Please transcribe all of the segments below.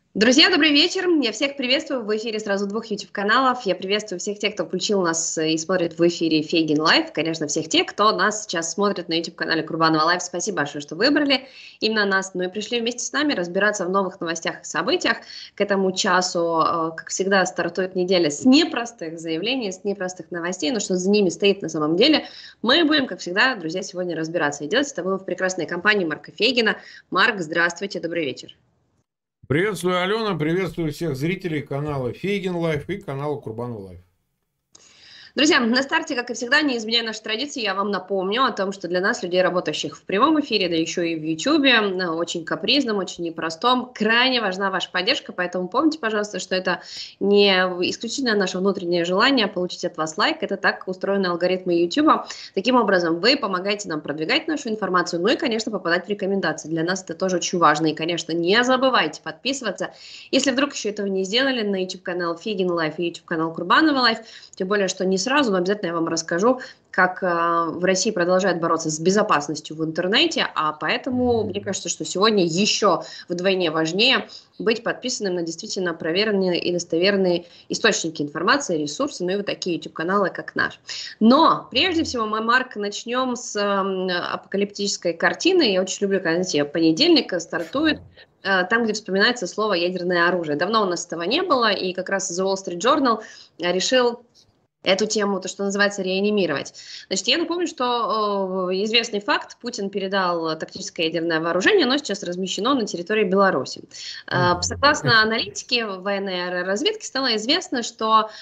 Друзья, добрый вечер. Я всех приветствую в эфире сразу двух YouTube-каналов. Я приветствую всех тех, кто включил нас и смотрит в эфире Фейгин Лайв. Конечно, всех тех, кто нас сейчас смотрит на YouTube-канале Курбанова Лайв. Спасибо большое, что выбрали именно нас. Ну и пришли вместе с нами разбираться в новых новостях и событиях. К этому часу, как всегда, стартует неделя с непростых заявлений, с непростых новостей, но что за ними стоит на самом деле. Мы будем, как всегда, друзья, сегодня разбираться. И делать это будем в прекрасной компании Марка Фейгина. Марк, здравствуйте, добрый вечер. Приветствую, Алена, приветствую всех зрителей канала Фейгин Лайф и канала Курбанова Лайф. Друзья, на старте, как и всегда, не изменяя нашей традиции, я вам напомню о том, что для нас, людей, работающих в прямом эфире, да еще и в YouTube, очень капризном, очень непростом, крайне важна ваша поддержка, поэтому помните, пожалуйста, что это не исключительно наше внутреннее желание получить от вас лайк, это так устроены алгоритмы YouTube. Таким образом, вы помогаете нам продвигать нашу информацию, ну и, конечно, попадать в рекомендации. Для нас это тоже очень важно. И, конечно, не забывайте подписываться. Если вдруг еще этого не сделали, на YouTube-канал Фейгин Лайф и YouTube-канал Курбанова Лайф, тем более, что не сразу, но обязательно я вам расскажу, как в России продолжают бороться с безопасностью в интернете, а поэтому мне кажется, что сегодня еще вдвойне важнее быть подписанным на действительно проверенные и достоверные источники информации, ресурсы, ну и вот такие YouTube-каналы, как наш. Но прежде всего мы, Марк, начнем с апокалиптической картины. Я очень люблю, когда, знаете, понедельник стартует там, где вспоминается слово «ядерное оружие». Давно у нас этого не было, и как раз The Wall Street Journal решил эту тему, то, что называется, реанимировать. Значит, я напомню, что известный факт, Путин передал тактическое ядерное вооружение, оно сейчас размещено на территории Беларуси. Согласно аналитике военной аэроразведки, стало известно, что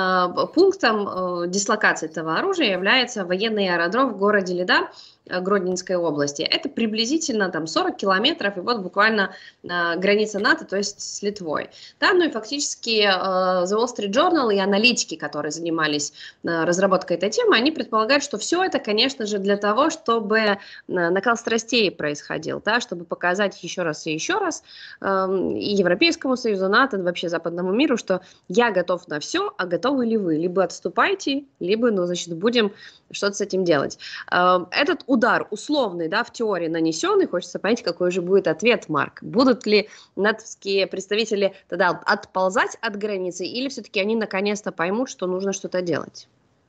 пунктом дислокации этого оружия является военный аэродром в городе Леда, Гродненской области. Это приблизительно там 40 километров, и вот буквально граница НАТО, то есть с Литвой. Да, ну и фактически The Wall Street Journal и аналитики, которые занимались разработкой этой темы, они предполагают, что все это, конечно же, для того, чтобы накал страстей происходил, да, чтобы показать еще раз и еще раз и Европейскому Союзу, НАТО, вообще западному миру, что я готов на все, а готовы ли вы? Либо отступайте, либо, ну, значит, будем что-то с этим делать. Этот удар условный, да, в теории нанесенный, хочется понять, какой же будет ответ, Марк. Будут ли натовские представители тогда отползать от границы, или все-таки они наконец-то поймут, что нужно что-то делать?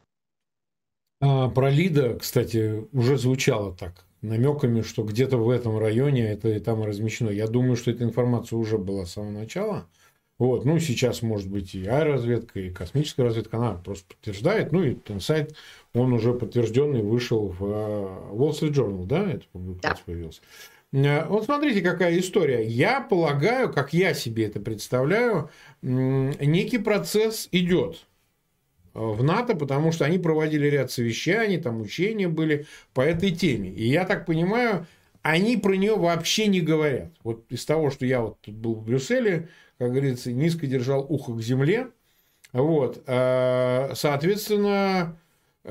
Про Лида, кстати, уже звучало так, намеками, что где-то в этом районе это и там размещено. Я думаю, что эта информация уже была с самого начала. Вот, ну, сейчас, может быть, и аэроразведка, и космическая разведка, она просто подтверждает. Ну, и сайт, он уже подтвержденный, вышел в Wall Street Journal, да, это публикация появилась. Вот смотрите, какая история. Я полагаю, как я себе это представляю, некий процесс идет в НАТО, потому что они проводили ряд совещаний, там учения были по этой теме. И я так понимаю, они про нее вообще не говорят. Вот из того, что я вот тут был в Брюсселе, как говорится, низко держал ухо к земле. Вот. Соответственно,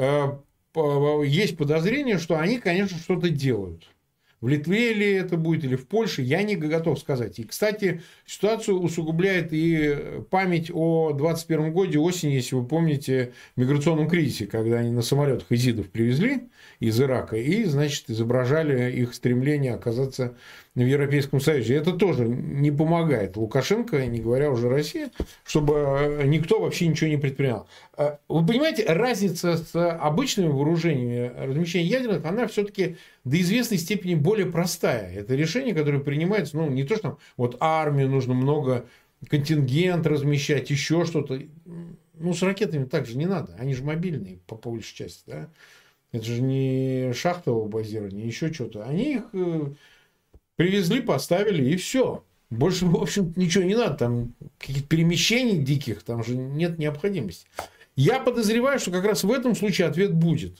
есть подозрение, что они, конечно, что-то делают. В Литве ли это будет, или в Польше, я не готов сказать. И, кстати, ситуацию усугубляет и память о 21 году осени, если вы помните, миграционном кризисе, когда они на самолетах изидов привезли из Ирака и, значит, изображали их стремление оказаться в Европейском Союзе. Это тоже не помогает Лукашенко, не говоря уже России, чтобы никто вообще ничего не предпринял. Вы понимаете, разница с обычными вооружениями размещения ядерных, она все-таки до известной степени более простая. Это решение, которое принимается, ну, не то, что там, вот армию нужно много, контингент размещать, еще что-то. Ну, с ракетами так же не надо. Они же мобильные, по большей части, да. Это же не шахтовое базирование, еще что-то. Они их привезли, поставили, и все. Больше, в общем, ничего не надо. Там каких-то перемещений диких, там же нет необходимости. Я подозреваю, что как раз в этом случае ответ будет.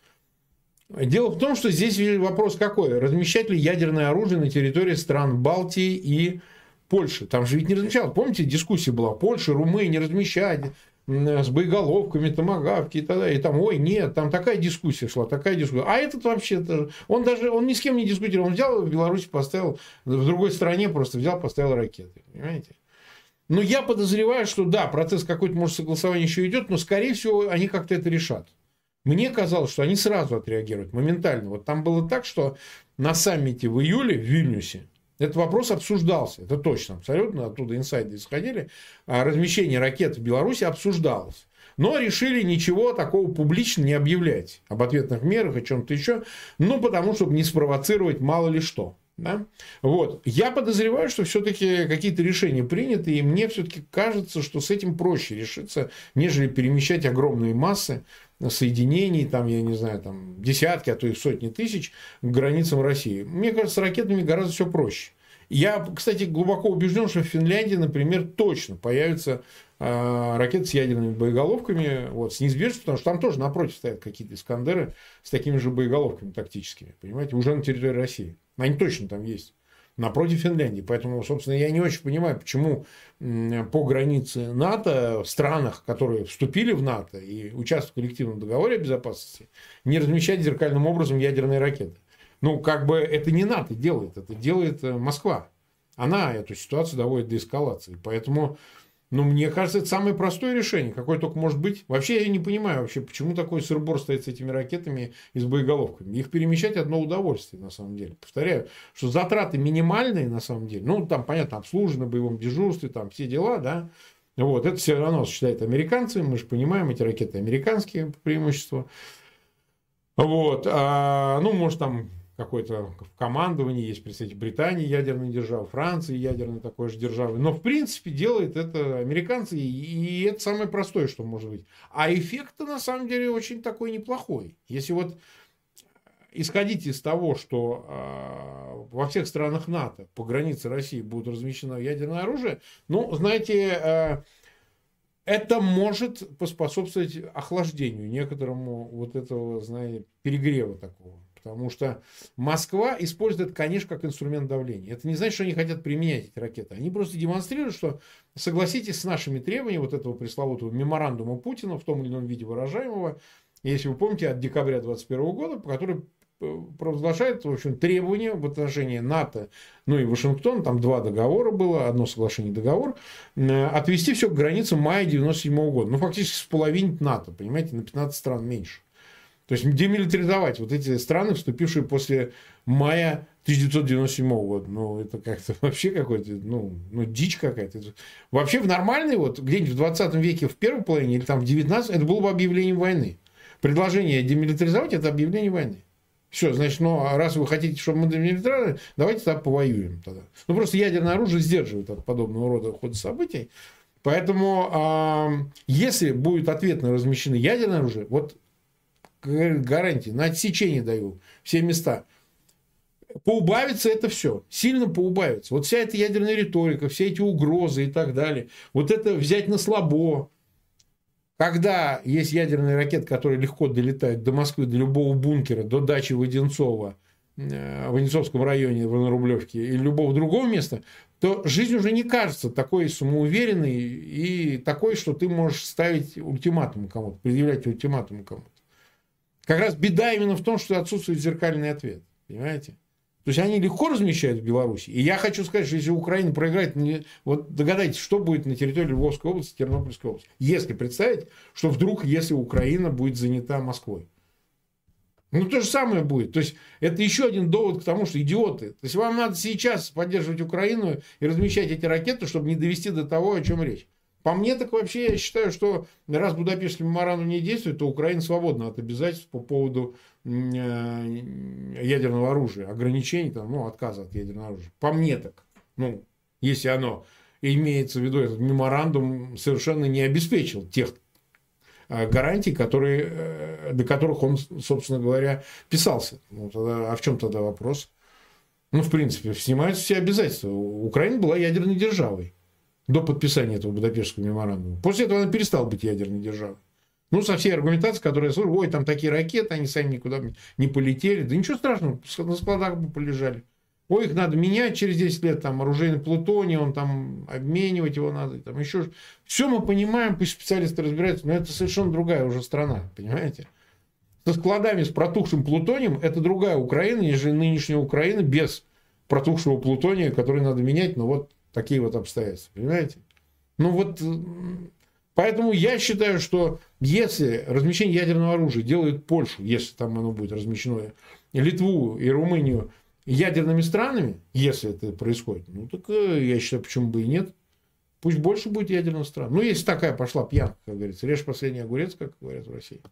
Дело в том, что здесь вопрос какой? Размещать ли ядерное оружие на территории стран Балтии и Польши? Там же ведь не размещалось. Помните, дискуссия была. Польша, Румыния не размещать с боеголовками, томагавки и так далее. И там, ой, нет, там такая дискуссия шла, такая дискуссия. А этот вообще-то, он ни с кем не дискутировал. Он взял в Беларуси, поставил, в другой стране просто взял, поставил ракеты. Понимаете? Но я подозреваю, что да, процесс какой-то, может, согласования еще идет, но, скорее всего, они как-то это решат. Мне казалось, что они сразу отреагируют, моментально. Вот там было так, что на саммите в июле в Вильнюсе Этот вопрос обсуждался, это точно, абсолютно, оттуда инсайды исходили. Размещение ракет в Беларуси обсуждалось. Но решили ничего такого публично не объявлять об ответных мерах, о чем-то еще, ну, потому, чтобы не спровоцировать мало ли что. Да? Вот. Я подозреваю, что все-таки какие-то решения приняты, и мне все-таки кажется, что с этим проще решиться, нежели перемещать огромные массы соединений, там, я не знаю, там, десятки, а то и сотни тысяч к границам России. Мне кажется, с ракетами гораздо все проще. Я, кстати, глубоко убежден, что в Финляндии, например, точно появятся ракеты с ядерными боеголовками, вот, с неизбежностью, потому что там тоже напротив стоят какие-то Искандеры с такими же боеголовками тактическими, понимаете, уже на территории России. Они точно там есть. Напротив Финляндии. Поэтому, собственно, я не очень понимаю, почему по границе НАТО в странах, которые вступили в НАТО и участвуют в коллективном договоре о безопасности, не размещать зеркальным образом ядерные ракеты. Ну, как бы это не НАТО делает, это делает Москва. Она эту ситуацию доводит до эскалации. Поэтому, ну, мне кажется, это самое простое решение, какое только может быть. Вообще, я не понимаю, вообще, почему такой сыр-бор стоит с этими ракетами и с боеголовками. Их перемещать одно удовольствие, на самом деле. Повторяю, что затраты минимальные, на самом деле. Ну, там, понятно, обслуживание на боевом дежурстве, там все дела, да. Вот, это все равно считают американцы. Мы же понимаем, эти ракеты американские по преимуществу. Вот, ну, может, там какое-то в командовании есть представитель Британии, ядерной державы, Франции, ядерной такой же державы. Но, в принципе, делают это американцы, и это самое простое, что может быть. А эффект-то, на самом деле, очень такой неплохой. Если вот исходить из того, что во всех странах НАТО по границе России будет размещено ядерное оружие, ну, знаете, это может поспособствовать охлаждению некоторому вот этого, знаете, перегрева такого. Потому что Москва использует это, конечно, как инструмент давления. Это не значит, что они хотят применять эти ракеты. Они просто демонстрируют, что согласитесь с нашими требованиями вот этого пресловутого меморандума Путина в том или ином виде выражаемого, если вы помните, от декабря 2021 года, по которому провозглашает, в общем, требования в отношении НАТО, ну и Вашингтона, там 2 договора было, одно соглашение, договор, отвести все к границам мая 1997 года. Ну, фактически споловинить НАТО, понимаете, на 15 стран меньше. То есть демилитаризовать вот эти страны, вступившие после мая 1997 года. Ну, это как-то вообще какой-то, ну дичь какая-то. Вообще в нормальной, вот где-нибудь в 20 веке, в первой половине, или там в 19, это было бы объявлением войны. Предложение демилитаризовать – это объявление войны. Все, значит, ну, раз вы хотите, чтобы мы демилитаризовали, давайте тогда повоюем тогда. Ну, просто ядерное оружие сдерживает от подобного рода хода событий. Поэтому, если будет ответно размещено ядерное оружие, вот гарантии, на отсечение даю все места. Поубавится это все, сильно поубавится. Вот вся эта ядерная риторика, все эти угрозы и так далее. Вот это взять на слабо. Когда есть ядерные ракеты, которые легко долетают до Москвы, до любого бункера, до дачи Воденцова, в Одинцовском районе, в Рублевке или любого другого места, то жизнь уже не кажется такой самоуверенной и такой, что ты можешь ставить ультиматум кому-то, предъявлять ультиматум кому-то. Как раз беда именно в том, что отсутствует зеркальный ответ. Понимаете? То есть они легко размещают в Беларуси. И я хочу сказать, что если Украина проиграет, вот догадайтесь, что будет на территории Львовской области, Тернопольской области. Если представить, что вдруг, если Украина будет занята Москвой. Ну, то же самое будет. То есть это еще один довод к тому, что идиоты. То есть вам надо сейчас поддерживать Украину и размещать эти ракеты, чтобы не довести до того, о чем речь. По мне, так вообще я считаю, что раз Будапештский меморандум не действует, то Украина свободна от обязательств по поводу ядерного оружия, ограничений, там, ну, отказа от ядерного оружия. По мне так. Ну, если оно имеется в виду, этот меморандум совершенно не обеспечил тех гарантий, которые, до которых он, собственно говоря, писался. Ну, тогда, а в чем тогда вопрос? Ну, в принципе, снимаются все обязательства. Украина была ядерной державой до подписания этого Будапештского меморандума. После этого она перестала быть ядерной державой. Ну, со всей аргументацией, которая я слышу, ой, там такие ракеты, они сами никуда не полетели. Да ничего страшного, на складах бы полежали. Ой, их надо менять через 10 лет, там, оружейный плутоний, он там, обменивать его надо, там, еще. Все мы понимаем, пусть специалисты разбираются, но это совершенно другая уже страна, понимаете? Со складами с протухшим плутонием это другая Украина, нежели нынешняя Украина без протухшего плутония, который надо менять, но вот такие вот обстоятельства, понимаете? Ну вот, поэтому я считаю, что если размещение ядерного оружия делает Польшу, если там оно будет размещено, Литву и Румынию ядерными странами, если это происходит, ну, так я считаю, почему бы и нет. Пусть больше будет ядерных стран. Ну, если такая пошла пьянка, как говорится, режь последний огурец, как говорят в России.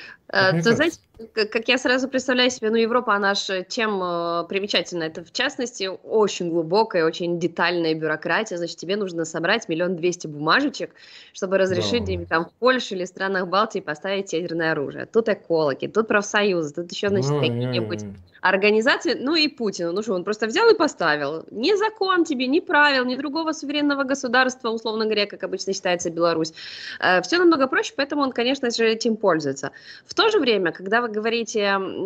То, знаете, как я сразу представляю себе, ну, Европа, она же чем примечательна? Это, в частности, очень глубокая, очень детальная бюрократия. Значит, тебе нужно собрать 1 200 000 бумажечек, чтобы разрешить Да. им там в Польше или странах Балтии поставить ядерное оружие. Тут экологи, тут профсоюзы, тут еще, значит, какие-нибудь организации, ну и Путин. Ну что, он просто взял и поставил. Ни закон тебе, ни правил, ни другого суверенного государства, условно говоря, как обычно считается Беларусь. Все намного проще, поэтому он, конечно же, этим пользуется. В то же время, когда вы говорите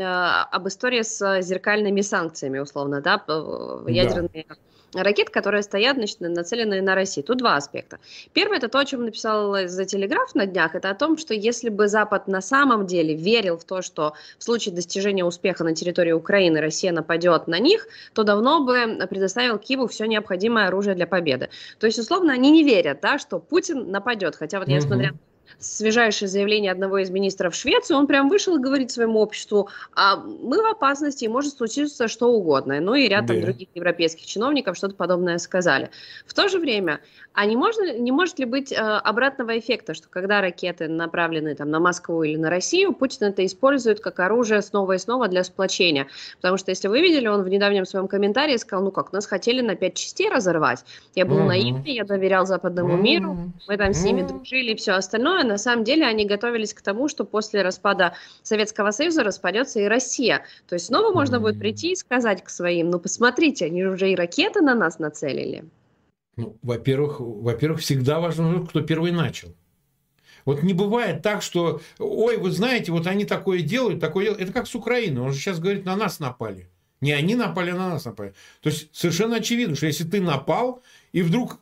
об истории с зеркальными санкциями, условно, да, ядерные ракеты, которые стоят, значит, нацеленные на Россию. Тут два аспекта. Первый – это то, о чем написал The Telegraph на днях, это о том, что если бы Запад на самом деле верил в то, что в случае достижения успеха на территории Украины Россия нападет на них, то давно бы предоставил Киеву все необходимое оружие для победы. То есть, условно, они не верят, да, что Путин нападет. Хотя вот я смотрела свежайшее заявление одного из министров Швеции, он прям вышел и говорит своему обществу, а мы в опасности, и может случиться что угодно. Ну и ряд там других европейских чиновников что-то подобное сказали. В то же время, а не может ли быть обратного эффекта, что когда ракеты направлены там, на Москву или на Россию, Путин это использует как оружие снова и снова для сплочения? Потому что, если вы видели, он в недавнем своем комментарии сказал, ну как, нас хотели на 5 частей разорвать. Я был наивный, я доверял западному миру, мы там с ними дружили и все остальное. На самом деле они готовились к тому, что после распада Советского Союза распадется и Россия. То есть снова можно будет прийти и сказать к своим, ну посмотрите, они уже и ракеты на нас нацелили. Ну, во-первых, всегда важно, кто первый начал. Вот не бывает так, что, ой, вы знаете, вот они такое делают. Это как с Украиной. Он же сейчас говорит, на нас напали. Не они напали, а на нас напали. То есть совершенно очевидно, что если ты напал, и вдруг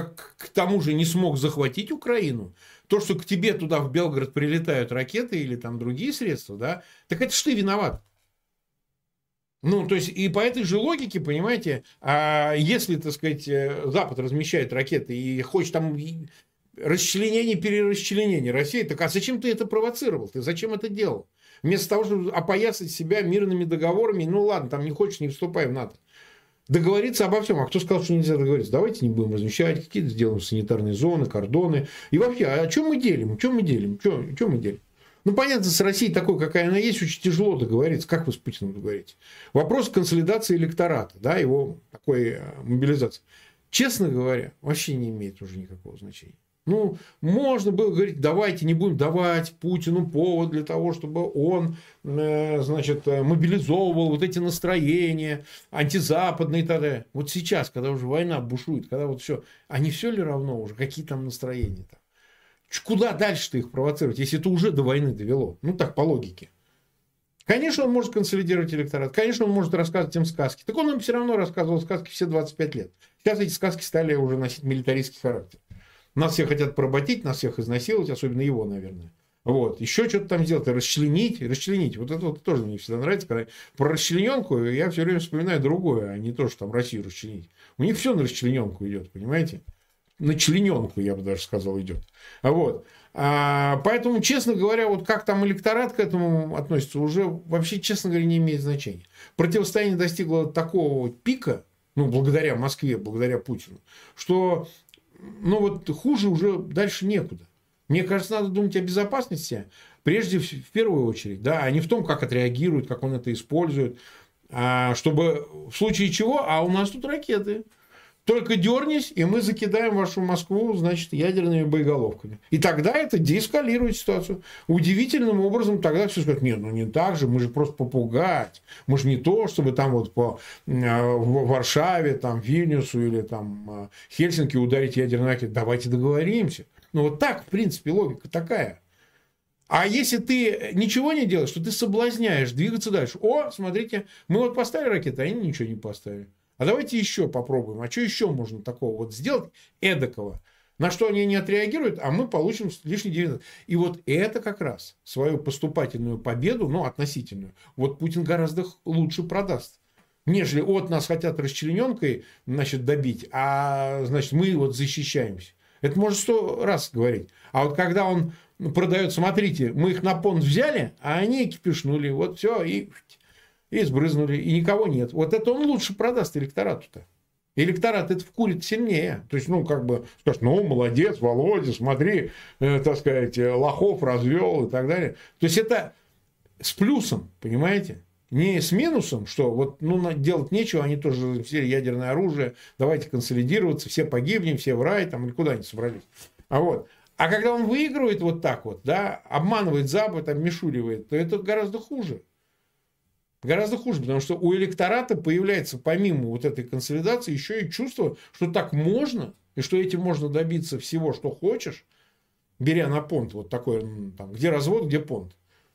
к тому же не смог захватить Украину, то, что к тебе туда в Белгород прилетают ракеты или там другие средства, да, так это ж ты виноват. Ну, то есть, и по этой же логике, понимаете, если, так сказать, Запад размещает ракеты и хочет там расчленение, перерасчленение России, так а зачем ты это провоцировал? Ты зачем это делал? Вместо того, чтобы опоясать себя мирными договорами, ну ладно, там не хочешь, не вступай в НАТО. Договориться обо всем. А кто сказал, что нельзя договориться? Давайте не будем размещать, какие-то сделаем санитарные зоны, кордоны. И вообще, а что мы делим? Что мы делим? Что мы делим? Ну, понятно, с Россией такой, какая она есть, очень тяжело договориться. Как вы с Путиным договоритесь? Вопрос консолидации электората, да, его такой мобилизации. Честно говоря, вообще не имеет уже никакого значения. Ну, можно было говорить, давайте не будем давать Путину повод для того, чтобы он, значит, мобилизовывал вот эти настроения антизападные и так далее. Вот сейчас, когда уже война бушует, когда вот все, а не все ли равно уже, какие там настроения-то? Куда дальше-то их провоцировать, если это уже до войны довело? Ну, так, по логике. Конечно, он может консолидировать электорат. Конечно, он может рассказывать им сказки. Так он им все равно рассказывал сказки все 25 лет. Сейчас эти сказки стали уже носить милитаристский характер. Нас всех хотят поработить, нас всех изнасиловать, особенно его, наверное. Вот. Еще что-то там сделать, расчленить. Вот это вот тоже мне всегда нравится. Когда про расчлененку я все время вспоминаю другое, а не то, что там Россию расчленить. У них все на расчлененку идет, понимаете? На члененку, я бы даже сказал, идет. Вот. Поэтому, честно говоря, вот как там электорат к этому относится, уже вообще, честно говоря, не имеет значения. Противостояние достигло такого пика, ну, благодаря Москве, благодаря Путину, что, ну, вот хуже уже дальше некуда. Мне кажется, надо думать о безопасности, прежде в первую очередь, да, а не в том, как отреагирует, как он это использует, чтобы в случае чего, а у нас тут ракеты. Только дернись, и мы закидаем вашу Москву, значит, ядерными боеголовками. И тогда это деэскалирует ситуацию. Удивительным образом тогда все скажут, нет, ну не так же, мы же просто попугать. Мы же не то, чтобы там вот по Варшаве, там, Вильнюсу или там Хельсинки ударить ядерные ракеты. Давайте договоримся. Ну вот так, в принципе, логика такая. А если ты ничего не делаешь, то ты соблазняешь двигаться дальше. О, смотрите, мы вот поставили ракеты, а они ничего не поставили. А давайте еще попробуем. А что еще можно такого вот сделать эдакого? На что они не отреагируют, а мы получим лишний дивиденд. И вот это как раз свою поступательную победу, ну, относительную, вот Путин гораздо лучше продаст. Нежели от нас хотят расчлененкой, значит, добить, а, значит, мы вот защищаемся. Это можно 100 раз говорить. А вот когда он продает, смотрите, мы их на понт взяли, а они кипишнули, вот все, и и сбрызнули, и никого нет. Вот это он лучше продаст электорату-то. Электорат это вкурит сильнее. То есть, скажет, молодец, Володя, смотри, так сказать, лохов развел и так далее. То есть, это с плюсом, понимаете? Не с минусом, что делать нечего, они тоже все ядерное оружие, давайте консолидироваться, все погибнем, все в рай, там, или куда они собрались. А когда он выигрывает вот так вот, да, обманывает Запад, обмешуривает, то это гораздо хуже. Гораздо хуже, потому что у электората появляется помимо вот этой консолидации еще и чувство, что так можно, и что этим можно добиться всего, что хочешь, беря на понт вот такой, где развод, где понт.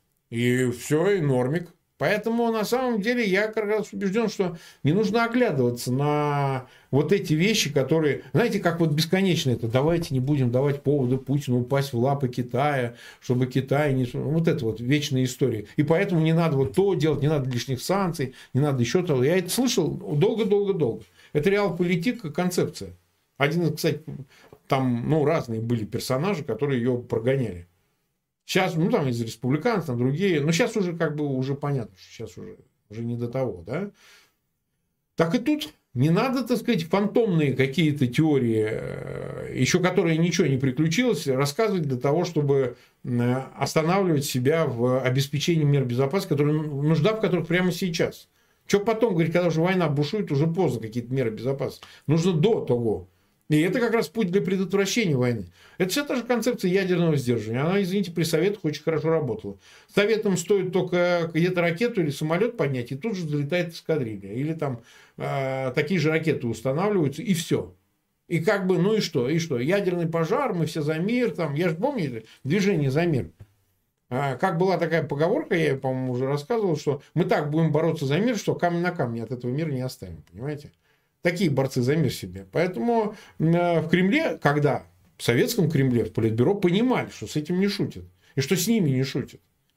И все, и нормик. Поэтому, на самом деле, я как раз убежден, что не нужно оглядываться на вот эти вещи, которые... Знаете, как вот бесконечно это. Давайте не будем давать повода Путину упасть в лапы Китая, чтобы Китай не... Вот это вот вечная история. И поэтому не надо вот то делать, не надо лишних санкций, не надо еще того. Я это слышал долго-долго-долго. Это реал-политика, концепция. Один, кстати, там разные были персонажи, которые ее прогоняли. Сейчас, там из республиканцев, там другие. Но сейчас уже уже понятно, что сейчас уже не до того, да. Так и тут не надо, так сказать, фантомные какие-то теории, еще которые ничего не приключилось, рассказывать для того, чтобы останавливать себя в обеспечении мер безопасности, нужда в которых прямо сейчас. Что потом, говорить, когда уже война бушует, уже поздно какие-то меры безопасности. Нужно до того. И это как раз путь для предотвращения войны. Это все та же концепция ядерного сдерживания. Она, извините, при Советах очень хорошо работала. Советам стоит только где-то ракету или самолет поднять, и тут же залетает эскадрилья. Или там такие же ракеты устанавливаются, и все. И и что? И что? Ядерный пожар, мы все за мир. Я же помню движение за мир. Как была такая поговорка, я, по-моему, уже рассказывал, что мы так будем бороться за мир, что камень на камне от этого мира не оставим. Понимаете? Такие борцы за мир себе. Поэтому в Кремле, в советском Кремле, в Политбюро понимали, что с этим не шутят. И что с ними не шутят.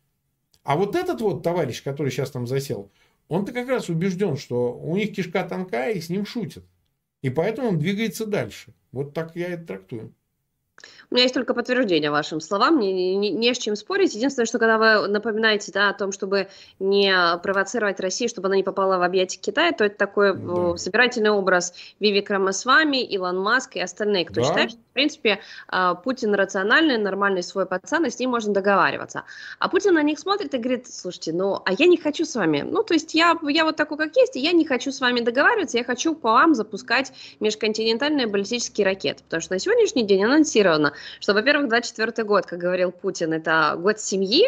А вот этот вот товарищ, который сейчас там засел, он-то как раз убежден, что у них кишка тонкая, и с ним шутят. И поэтому он двигается дальше. Вот так я это трактую. У меня есть только подтверждение вашим словам, мне не с чем спорить. Единственное, что когда вы напоминаете о том, чтобы не провоцировать Россию, чтобы она не попала в объятия Китая, то это такой собирательный образ Вивек Рамасвами, Илон Маск и остальные, кто считает, что, в принципе, Путин рациональный, нормальный свой пацан, и с ним можно договариваться. А Путин на них смотрит и говорит, слушайте, а я не хочу с вами, то есть я вот такой, как есть, и я не хочу с вами договариваться, я хочу по вам запускать межконтинентальные баллистические ракеты, потому что на сегодняшний день анонсировано, что, во-первых, 24-й год, как говорил Путин, это год семьи,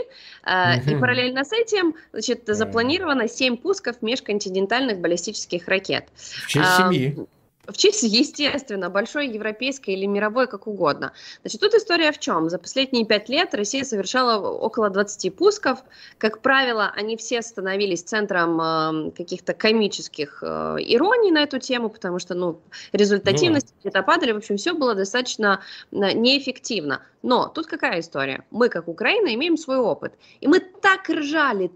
и параллельно с этим, запланировано 7 пусков межконтинентальных баллистических ракет. В честь семьи. В честь, естественно, большой, европейской или мировой, как угодно. Тут история в чем? За последние 5 лет Россия совершала около 20 пусков. Как правило, они все становились центром каких-то комических ироний на эту тему, потому что, результативность где-то падали. В общем, все было достаточно неэффективно. Но тут какая история? Мы, как Украина, имеем свой опыт. И мы так ржали.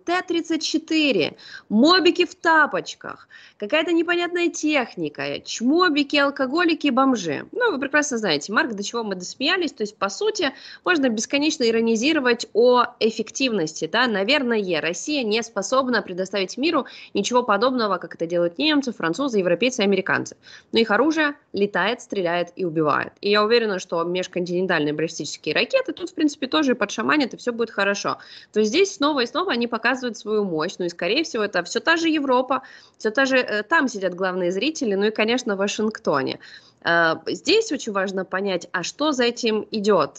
Т-34, мобики в тапочках, какая-то непонятная техника, чмобики, алкоголики, бомжи. Вы прекрасно знаете, Марк, до чего мы досмеялись. То есть, по сути, можно бесконечно иронизировать о эффективности. Наверное, Россия не способна предоставить миру ничего подобного, как это делают немцы, французы, европейцы, американцы. Но их оружие летает, стреляет и убивает. И я уверена, что межконтинентальные баллистические ракеты тут, в принципе, тоже подшаманят, и все будет хорошо. То есть здесь снова и снова они показывают свою мощь. И, скорее всего, это все та же Европа, все та же... Там сидят главные зрители, и, конечно, в Вашингтоне. Здесь очень важно понять, а что за этим идет.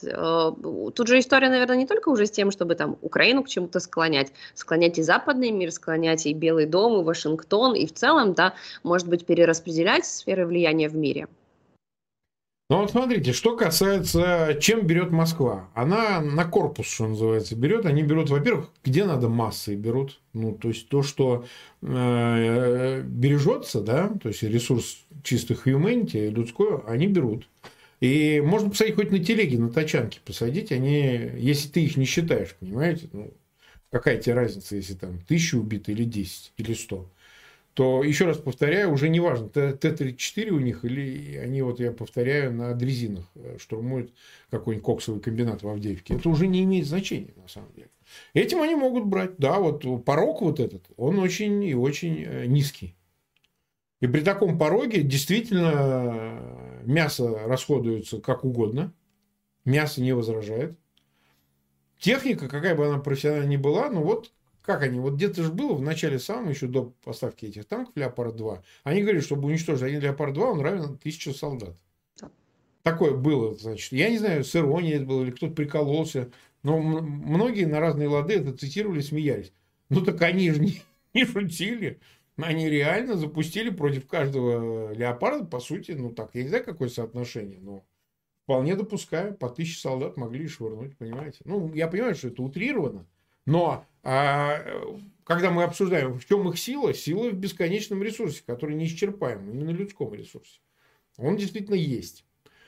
Тут же история, наверное, не только уже с тем, чтобы Украину к чему-то склонять и западный мир, склонять и Белый дом, и Вашингтон, и в целом, может быть, перераспределять сферы влияния в мире. Смотрите, что касается, чем берет Москва. Она на корпус, что называется, берет. Они берут, во-первых, где надо массой берут. То есть, то, что бережется, то есть, ресурс чисто humanity, людской, они берут. И можно посадить хоть на телеге, на тачанке посадить. Они, если ты их не считаешь, понимаете, какая тебе разница, если там 1000 убито или 10, или 100. То, еще раз повторяю, уже не важно, Т-34 у них, или они, я повторяю, на дрезинах штурмуют какой-нибудь коксовый комбинат в Авдеевке. Это уже не имеет значения, на самом деле. Этим они могут брать. Да, вот порог вот этот, он очень и очень низкий. И при таком пороге действительно мясо расходуется как угодно. Мясо не возражает. Техника, какая бы она профессиональная ни была, ну вот как они, вот где-то же было в начале самого, еще до поставки этих танков Леопард-2, они говорили, чтобы уничтожить один Леопард-2, он равен 1000 солдат. Такое было, значит. Я не знаю, с иронией это было, или кто-то прикололся, но многие на разные лады это цитировали, смеялись. Ну так они же не шутили. Они реально запустили против каждого Леопарда, по сути, ну так, я не знаю, какое соотношение, но вполне допускаю, по 1000 солдат могли швырнуть, понимаете. Ну, я понимаю, что это утрировано, но когда мы обсуждаем, в чем их сила, сила в бесконечном ресурсе, который неисчерпаем, именно людском ресурсе. Он действительно есть.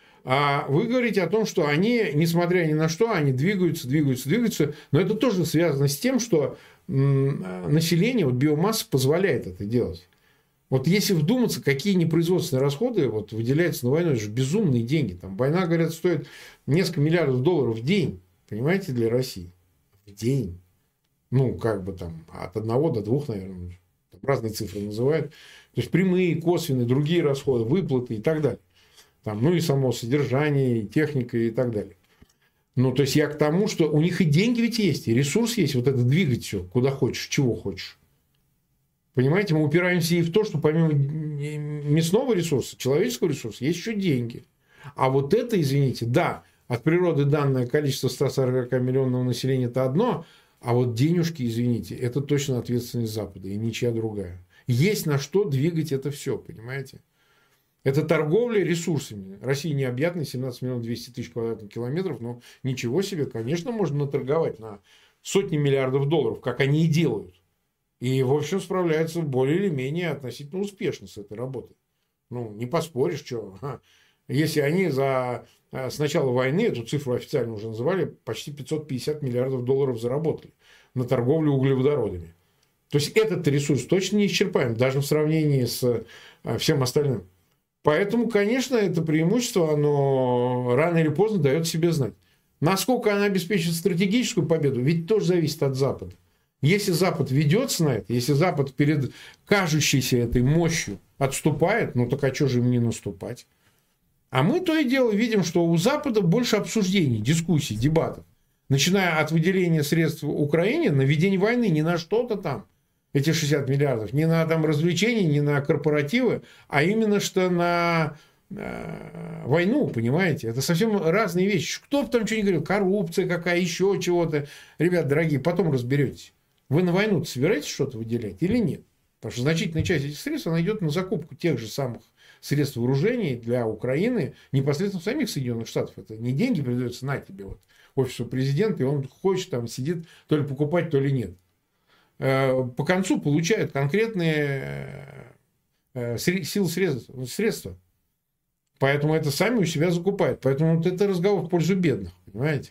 А вы говорите о том, что они, несмотря ни на что, они двигаются, но это тоже связано с тем, что население, вот биомасса позволяет это делать. Вот если вдуматься, какие непроизводственные расходы вот выделяются на войну, это же безумные деньги. Там война, говорят, стоит несколько миллиардов долларов в день, понимаете, для России. В день. Ну, как бы там от 1 до 2, наверное, разные цифры называют. То есть прямые, косвенные, другие расходы, выплаты и так далее. Там, ну и само содержание, и техника и так далее. Ну, то есть я к тому, что у них и деньги ведь есть, и ресурс есть, вот это двигать все, куда хочешь, чего хочешь. Понимаете, мы упираемся и в то, что помимо мясного ресурса, человеческого ресурса, есть еще деньги. А вот это, извините, да, от природы данное количество 140 миллионного населения – это одно, а вот денежки, извините, это точно ответственность Запада и ничья другая. Есть на что двигать это все, понимаете? Это торговля ресурсами. Россия необъятная, 17 миллионов 200 тысяч квадратных километров, но ничего себе, конечно, можно наторговать на сотни миллиардов долларов, как они и делают. И, в общем, справляются более или менее относительно успешно с этой работой. Ну, не поспоришь, что. Если они с начала войны, эту цифру официально уже называли, почти 550 миллиардов долларов заработали на торговлю углеводородами. То есть этот ресурс точно не исчерпаем, даже в сравнении с всем остальным. Поэтому, конечно, это преимущество, оно рано или поздно дает себе знать. Насколько она обеспечит стратегическую победу, ведь тоже зависит от Запада. Если Запад ведется на это, если Запад перед кажущейся этой мощью отступает, ну так а что же им не наступать? А мы то и дело видим, что у Запада больше обсуждений, дискуссий, дебатов. Начиная от выделения средств Украине на ведение войны, не на что-то там, эти 60 миллиардов, не на там развлечения, не на корпоративы, а именно что на войну, понимаете? Это совсем разные вещи. Кто бы там что ни говорил, коррупция какая, еще чего-то. Ребят, дорогие, потом разберетесь. Вы на войну собираетесь что-то выделять или нет? Потому что значительная часть этих средств, она идет на закупку тех же самых средств вооружений для Украины непосредственно самих Соединенных Штатов. Это не деньги передаются на тебе, вот, офису президента, и он хочет там сидит то ли покупать, то ли нет. По концу получают конкретные силы средства. Поэтому это сами у себя закупают. Поэтому вот это разговор в пользу бедных, понимаете?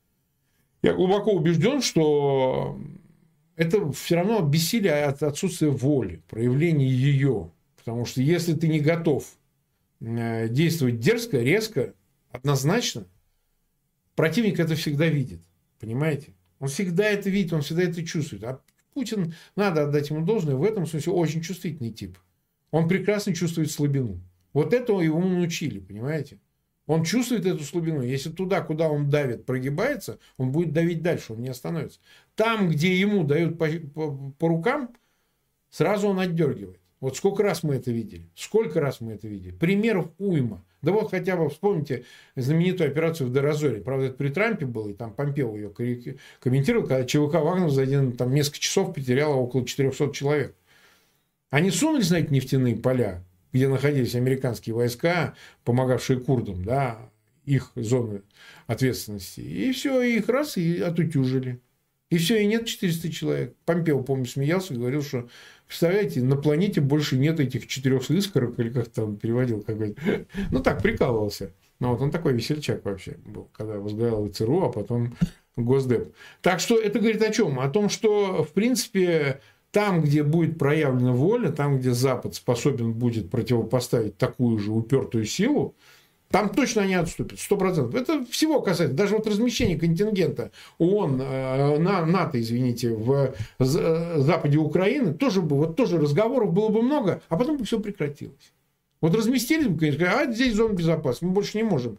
Я глубоко убежден, что это все равно бессилие от отсутствия воли, проявления ее. Потому что если ты не готов действовать дерзко, резко, однозначно, противник это всегда видит. Понимаете? Он всегда это видит, он всегда это чувствует. А Путин, надо отдать ему должное, в этом смысле очень чувствительный тип. Он прекрасно чувствует слабину. Вот этого его научили, понимаете? Он чувствует эту слабину. Если туда, куда он давит, прогибается, он будет давить дальше, он не остановится. Там, где ему дают по рукам, сразу он отдергивает. Вот сколько раз мы это видели? Сколько раз мы это видели? Примеров уйма. Да вот хотя бы вспомните знаменитую операцию в Дорозоре. Правда, это при Трампе было, и там Помпео ее комментировал, когда ЧВК Вагнер за несколько часов потеряла около 400 человек. Они сунулись на эти нефтяные поля, где находились американские войска, помогавшие курдам, да, их зоны ответственности. И все, и их раз, и отутюжили. И все, и нет 400 человек. Помпео, помню, смеялся и говорил, что, представляете, на планете больше нет этих 4 искорок, или как там переводил какой-то. Ну, так, прикалывался. Ну, вот он такой весельчак вообще был, когда возглавлял ЦРУ, а потом Госдеп. Так что это говорит о чем? О том, что, в принципе, там, где будет проявлена воля, там, где Запад способен будет противопоставить такую же упертую силу, Там точно они отступят, 100%. Это всего касается. Даже вот размещение контингента ООН, НАТО, извините, в западе Украины, тоже бы, вот тоже разговоров было бы много, а потом бы все прекратилось. Вот разместились бы, конечно, а здесь зона безопасности, мы больше не можем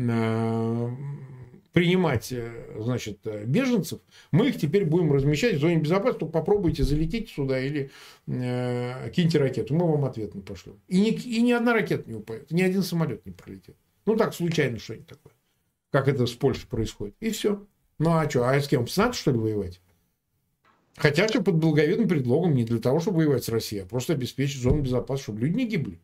принимать, значит, беженцев, мы их теперь будем размещать в зоне безопасности, только попробуйте залететь сюда или киньте ракету, мы вам ответно пошлем. И ни одна ракета не упадет, ни один самолет не пролетит. Ну, так, случайно что-нибудь такое. Как это с Польшей происходит. И все. Ну, а что, а с кем? С НАТО, что ли, воевать? Хотя все под благовидным предлогом, не для того, чтобы воевать с Россией, а просто обеспечить зону безопасности, чтобы люди не гибли.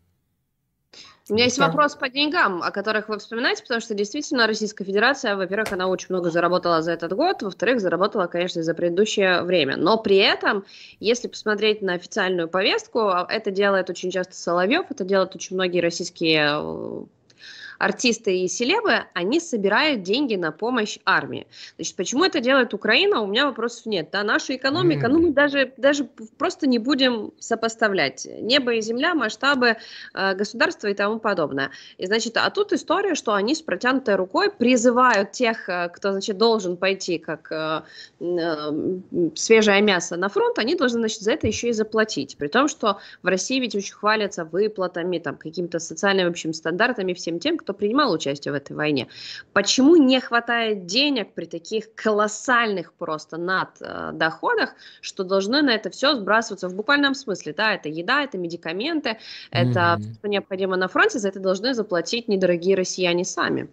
У меня есть вопрос по деньгам, о которых вы вспоминаете, потому что действительно Российская Федерация, во-первых, она очень много заработала за этот год, во-вторых, заработала, конечно, за предыдущее время. Но при этом, если посмотреть на официальную повестку, это делает очень часто Соловьев, это делают очень многие российские артисты и селебы, они собирают деньги на помощь армии. Значит, почему это делает Украина, у меня вопросов нет. Да, наша экономика, ну, мы даже просто не будем сопоставлять. Небо и земля, масштабы государства и тому подобное. И, значит, а тут история, что они с протянутой рукой призывают тех, кто, значит, должен пойти как свежее мясо на фронт, они должны, значит, за это еще и заплатить. При том, что в России ведь очень хвалятся выплатами, там, какими-то социальными, в общем, стандартами всем тем, кто принимал участие в этой войне. Почему не хватает денег при таких колоссальных просто наддоходах, что должны на это все сбрасываться в буквальном смысле? Да, это еда, это медикаменты, это все, что необходимо на фронте, за это должны заплатить недорогие россияне сами.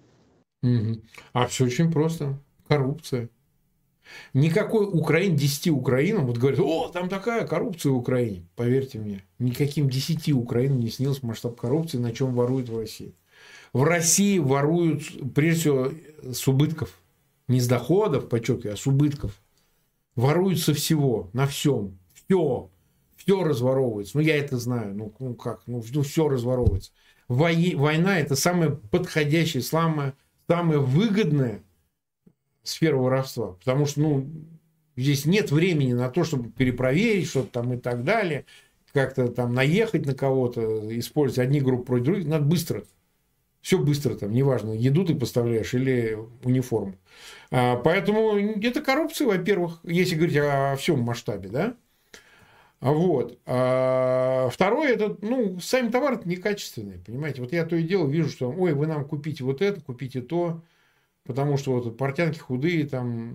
А все очень просто. Коррупция. Никакой Украине, 10 Украинам, вот говорят, о, там такая коррупция в Украине. Поверьте мне, никаким 10 Украинам не снился масштаб коррупции, на чем воруют в России. В России воруют, прежде всего, с убытков. Не с доходов, подчеркиваю, а с убытков. Воруют со всего, на всем. Все. Все разворовывается. Ну, я это знаю. Ну как? Ну, все разворовывается. Война – это самая подходящая, самая выгодная сфера воровства. Потому что, ну, здесь нет времени на то, чтобы перепроверить что-то там и так далее. Как-то там наехать на кого-то, использовать одни группы против других. Надо быстро. Все быстро там, неважно, еду ты поставляешь или униформу. Поэтому это коррупция, во-первых, если говорить о всем масштабе, да. Вот. Второе, это, ну, сами товары некачественные, понимаете. Вот я то и дело вижу, что, ой, вы нам купите вот это, купите то, потому что вот портянки худые, там,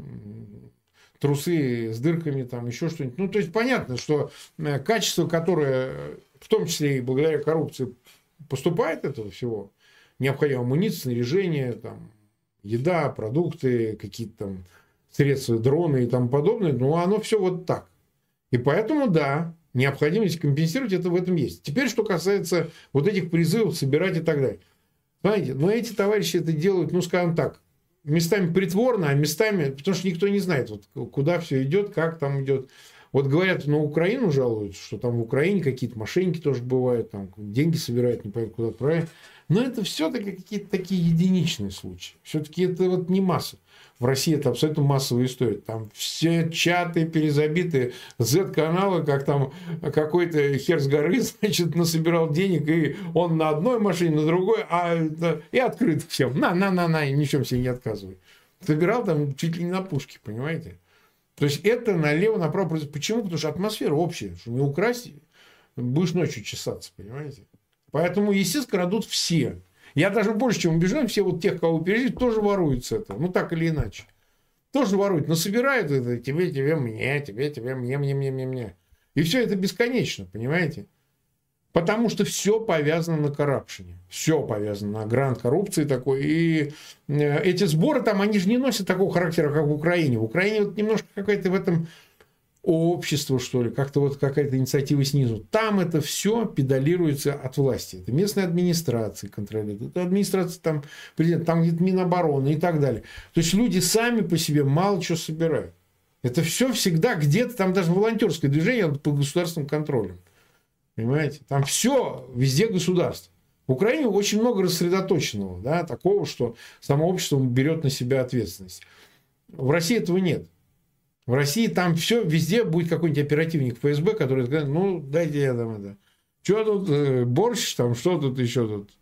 трусы с дырками, там, еще что-нибудь. Ну, то есть, понятно, что качество, которое, в том числе и благодаря коррупции, поступает этого всего, необходимо амуниция, снаряжение, там, еда, продукты, какие-то там средства, дроны и тому подобное. Но оно все вот так. И поэтому, да, необходимость компенсировать это в этом есть. Теперь, что касается вот этих призывов собирать и так далее. Знаете, но эти товарищи это делают, ну, скажем так, местами притворно, а местами, потому что никто не знает, вот, куда все идет, как там идет. Вот говорят, на Украину жалуются, что там в Украине какие-то мошенники тоже бывают, там деньги собирают, не понятно куда отправить. Но это все-таки какие-то такие единичные случаи. Все-таки это вот не масса. В России это абсолютно массовая история. Там все чаты перезабиты, Z-каналы, как там какой-то хер с горы, значит, насобирал денег, и он на одной машине, на другой, и открыт всем. На, ничем себе не отказывай. Собирал там чуть ли не на пушке, понимаете? То есть это налево, направо. Почему? Потому что атмосфера общая. Что не украсть, будешь ночью чесаться, понимаете? Поэтому, естественно, крадут все. Я даже больше чем убежден, все вот тех, кого пережили, тоже воруют с этого. Ну, так или иначе. Тоже воруют. Но собирают это тебе, мне. И все это бесконечно, понимаете? Потому что все повязано на коррупшене. Все повязано на гранд коррупции такой. И эти сборы там, они же не носят такого характера, как в Украине. В Украине вот немножко какая-то в этом общество, что ли, как-то вот какая-то инициатива снизу. Там это все педалируется от власти. Это местные администрации контролируют. Это администрация там, президент, там где-то Минобороны и так далее. То есть люди сами по себе мало чего собирают. Это все всегда где-то, там даже волонтерское движение под государственным контролем. Понимаете? Там все везде государство. В Украине очень много рассредоточенного, да, такого, что само общество берет на себя ответственность. В России этого нет. В России там все, везде будет какой-нибудь оперативник ФСБ, который скажет, ну, дайте я там это. Что тут, борщ, там, что тут еще тут?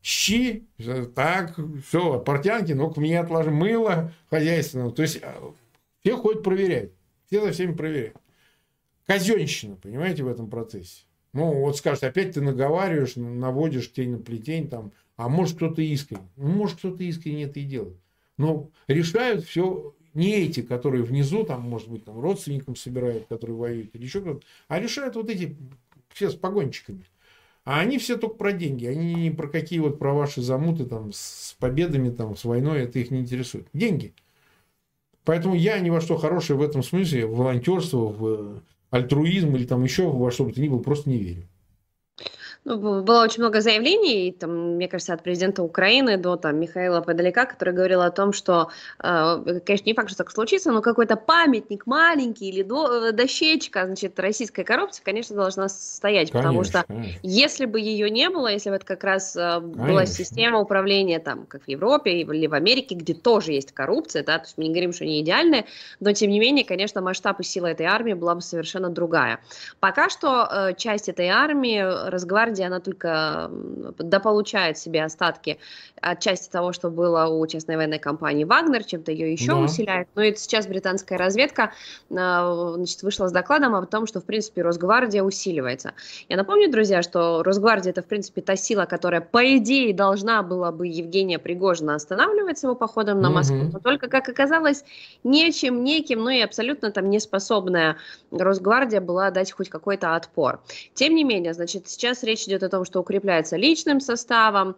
щи, так, все, портянки, ну-ка мне отложи мыло хозяйственное. То есть все ходят проверять, все за всеми проверяют. Казенщина, понимаете, в этом процессе. Ну, вот скажешь, опять ты наговариваешь, наводишь тень на плетень, там, а может кто-то искренне. Ну, может кто-то искренне это и делает. Но решают все не эти, которые внизу, там, может быть, там, родственникам собирают, которые воюют, или еще кто-то, а решают вот эти все с погонщиками. А они все только про деньги. Они не про какие вот про ваши замуты там, с победами, там, с войной, это их не интересует. Деньги. Поэтому я ни во что хорошее в этом смысле, в волонтерство, в альтруизм или там еще во что бы то ни было, просто не верю. Ну, было очень много заявлений, там, мне кажется, от президента Украины до там, Михаила Подоляка, который говорил о том, что, конечно, не факт, что так случится, но какой-то памятник маленький или дощечка, значит, российской коррупции, конечно, должна стоять, Конечно, потому что конечно. если бы ее не было, если бы это как раз была система управления, там, как в Европе или в Америке, где тоже есть коррупция, да, то есть мы не говорим, что они идеальные, но, тем не менее, конечно, масштаб и сила этой армии была бы совершенно другая. Пока что часть этой армии, Росгвардия, она только дополучает себе остатки от части того, что было у частной военной компании «Вагнер», чем-то ее еще усиляет. Но и сейчас британская разведка, значит, вышла с докладом о том, что, в принципе, Росгвардия усиливается. Я напомню, друзья, что Росгвардия – это, в принципе, та сила, которая, по идее, должна была бы Евгения Пригожина останавливать с его походом на Москву, но только, как оказалось, нечем, неким, ну и абсолютно там неспособная Росгвардия была дать хоть какой-то отпор. Тем не менее, значит, сейчас речь идет о том, что укрепляется личным составом,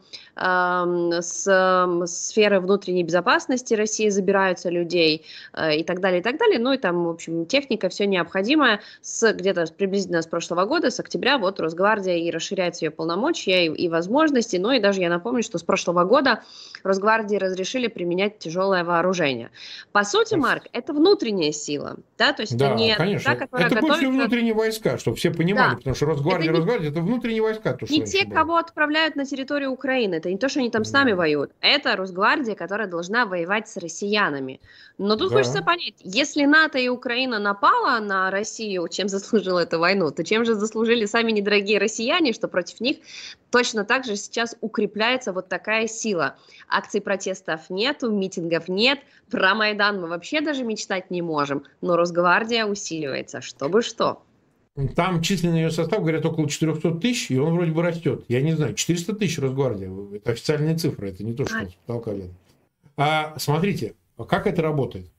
с сферы внутренней безопасности России забираются людей и так далее, и так далее. Ну и там, в общем, техника, все необходимое. Где-то приблизительно с прошлого года, с октября, вот Росгвардия и расширяет ее полномочия и возможности. Ну и даже я напомню, что с прошлого года Росгвардии разрешили применять тяжелое вооружение. По сути, Марк, это внутренняя сила. Да, то есть да, это не конечно. та, которая это готовится... бывшие внутренние войска, чтобы все понимали, да. Потому что Росгвардия, это внутренние войска. То, не те, кого отправляют на территорию Украины. Это не то, что они там с нами воюют. Это Росгвардия, которая должна воевать с россиянами. Но тут хочется понять, если НАТО и Украина напала на Россию, чем заслужила эту войну, то чем же заслужили сами недорогие россияне, что против них точно так же сейчас укрепляется вот такая сила. Акций протестов нету, митингов нет, про Майдан мы вообще даже мечтать не можем, но Росгвардия усиливается, чтобы что. Там численный ее состав, говорят, около 400 тысяч, и он вроде бы растет. Я не знаю, 400 тысяч Росгвардия, это официальные цифры, это не то, что толкали. Смотрите, как это работает.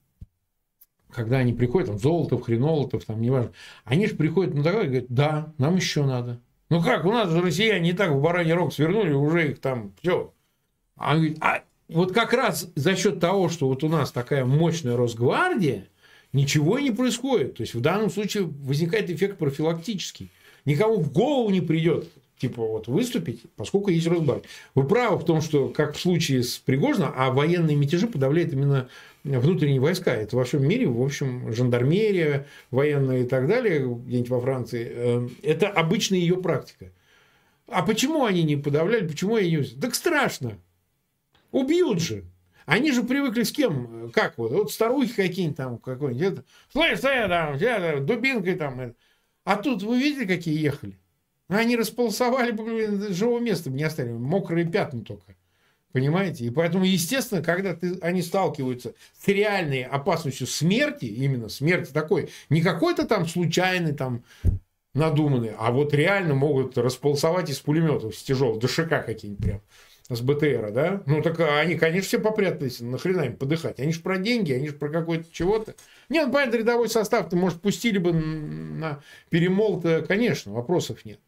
Когда они приходят, там, Золотов, Хренолотов, там, неважно, они же приходят на такое и говорят, да, нам еще надо. Ну как, у нас же россияне и так в бараний рог свернули, уже их там, все. А он говорит, вот как раз за счет того, что вот у нас такая мощная Росгвардия, ничего не происходит. То есть в данном случае возникает эффект профилактический. Никому в голову не придет типа вот выступить, поскольку есть Росгвардия. Вы правы в том, что как в случае с Пригожиным, а военные мятежи подавляют именно внутренние войска. Это во всем мире, в общем, жандармерия военная и так далее, где-нибудь во Франции. Это обычная ее практика. А почему они не подавляли? Почему они не... Так страшно. Убьют же. Они же привыкли с кем? Как вот старухи какие-нибудь там, какой-нибудь. Слышь, там, дубинкой там. А тут вы видели, какие ехали? Они располосовали, живого места не оставили. Мокрые пятна только. Понимаете? И поэтому, естественно, когда они сталкиваются с реальной опасностью смерти, именно смерти такой, не какой-то там случайный, там, надуманный, а вот реально могут располосовать из пулеметов, с тяжелых, ДШК какие-нибудь прям. С БТРа, да? Ну, так они, конечно, все попрятались, нахрена им подыхать. Они же про деньги, они же про какое-то чего-то. Нет, понятно, рядовой состав-то, может, пустили бы на перемол-то, конечно, вопросов нет.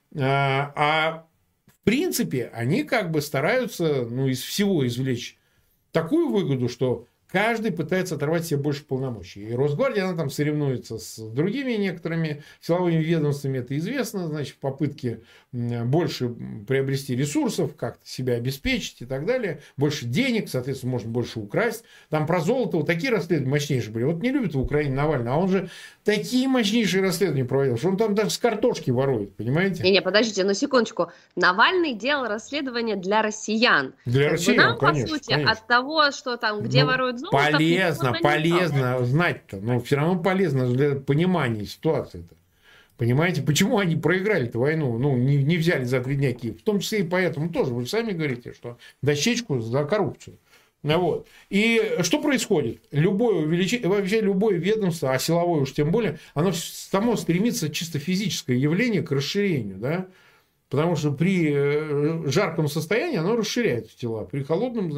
В принципе, они как бы стараются, из всего извлечь такую выгоду, что каждый пытается оторвать себе больше полномочий. И Росгвардия, она там соревнуется с другими некоторыми силовыми ведомствами, это известно, значит, попытки больше приобрести ресурсов, как-то себя обеспечить и так далее, больше денег, соответственно, можно больше украсть. Там про золото вот такие расследования мощнейшие были. Вот не любит в Украине Навальный, а он же такие мощнейшие расследования проводил, что он там даже с картошки ворует, понимаете? Не, подождите, секундочку. Навальный делал расследование для россиян. Для россиян, нам, конечно, по сути, конечно. от того, что там, где воруют золото... Полезно знать-то. Но все равно полезно для понимания ситуации-то. Понимаете, почему они проиграли эту войну, ну, не взяли за 3 дня Киев? В том числе и поэтому тоже, вы сами говорите, что дощечку за коррупцию. Вот. И что происходит? Любое увеличение, вообще любое ведомство, а силовое уж тем более, оно само стремится чисто физическое явление к расширению, да? Потому что при жарком состоянии оно расширяется тела, при холодном,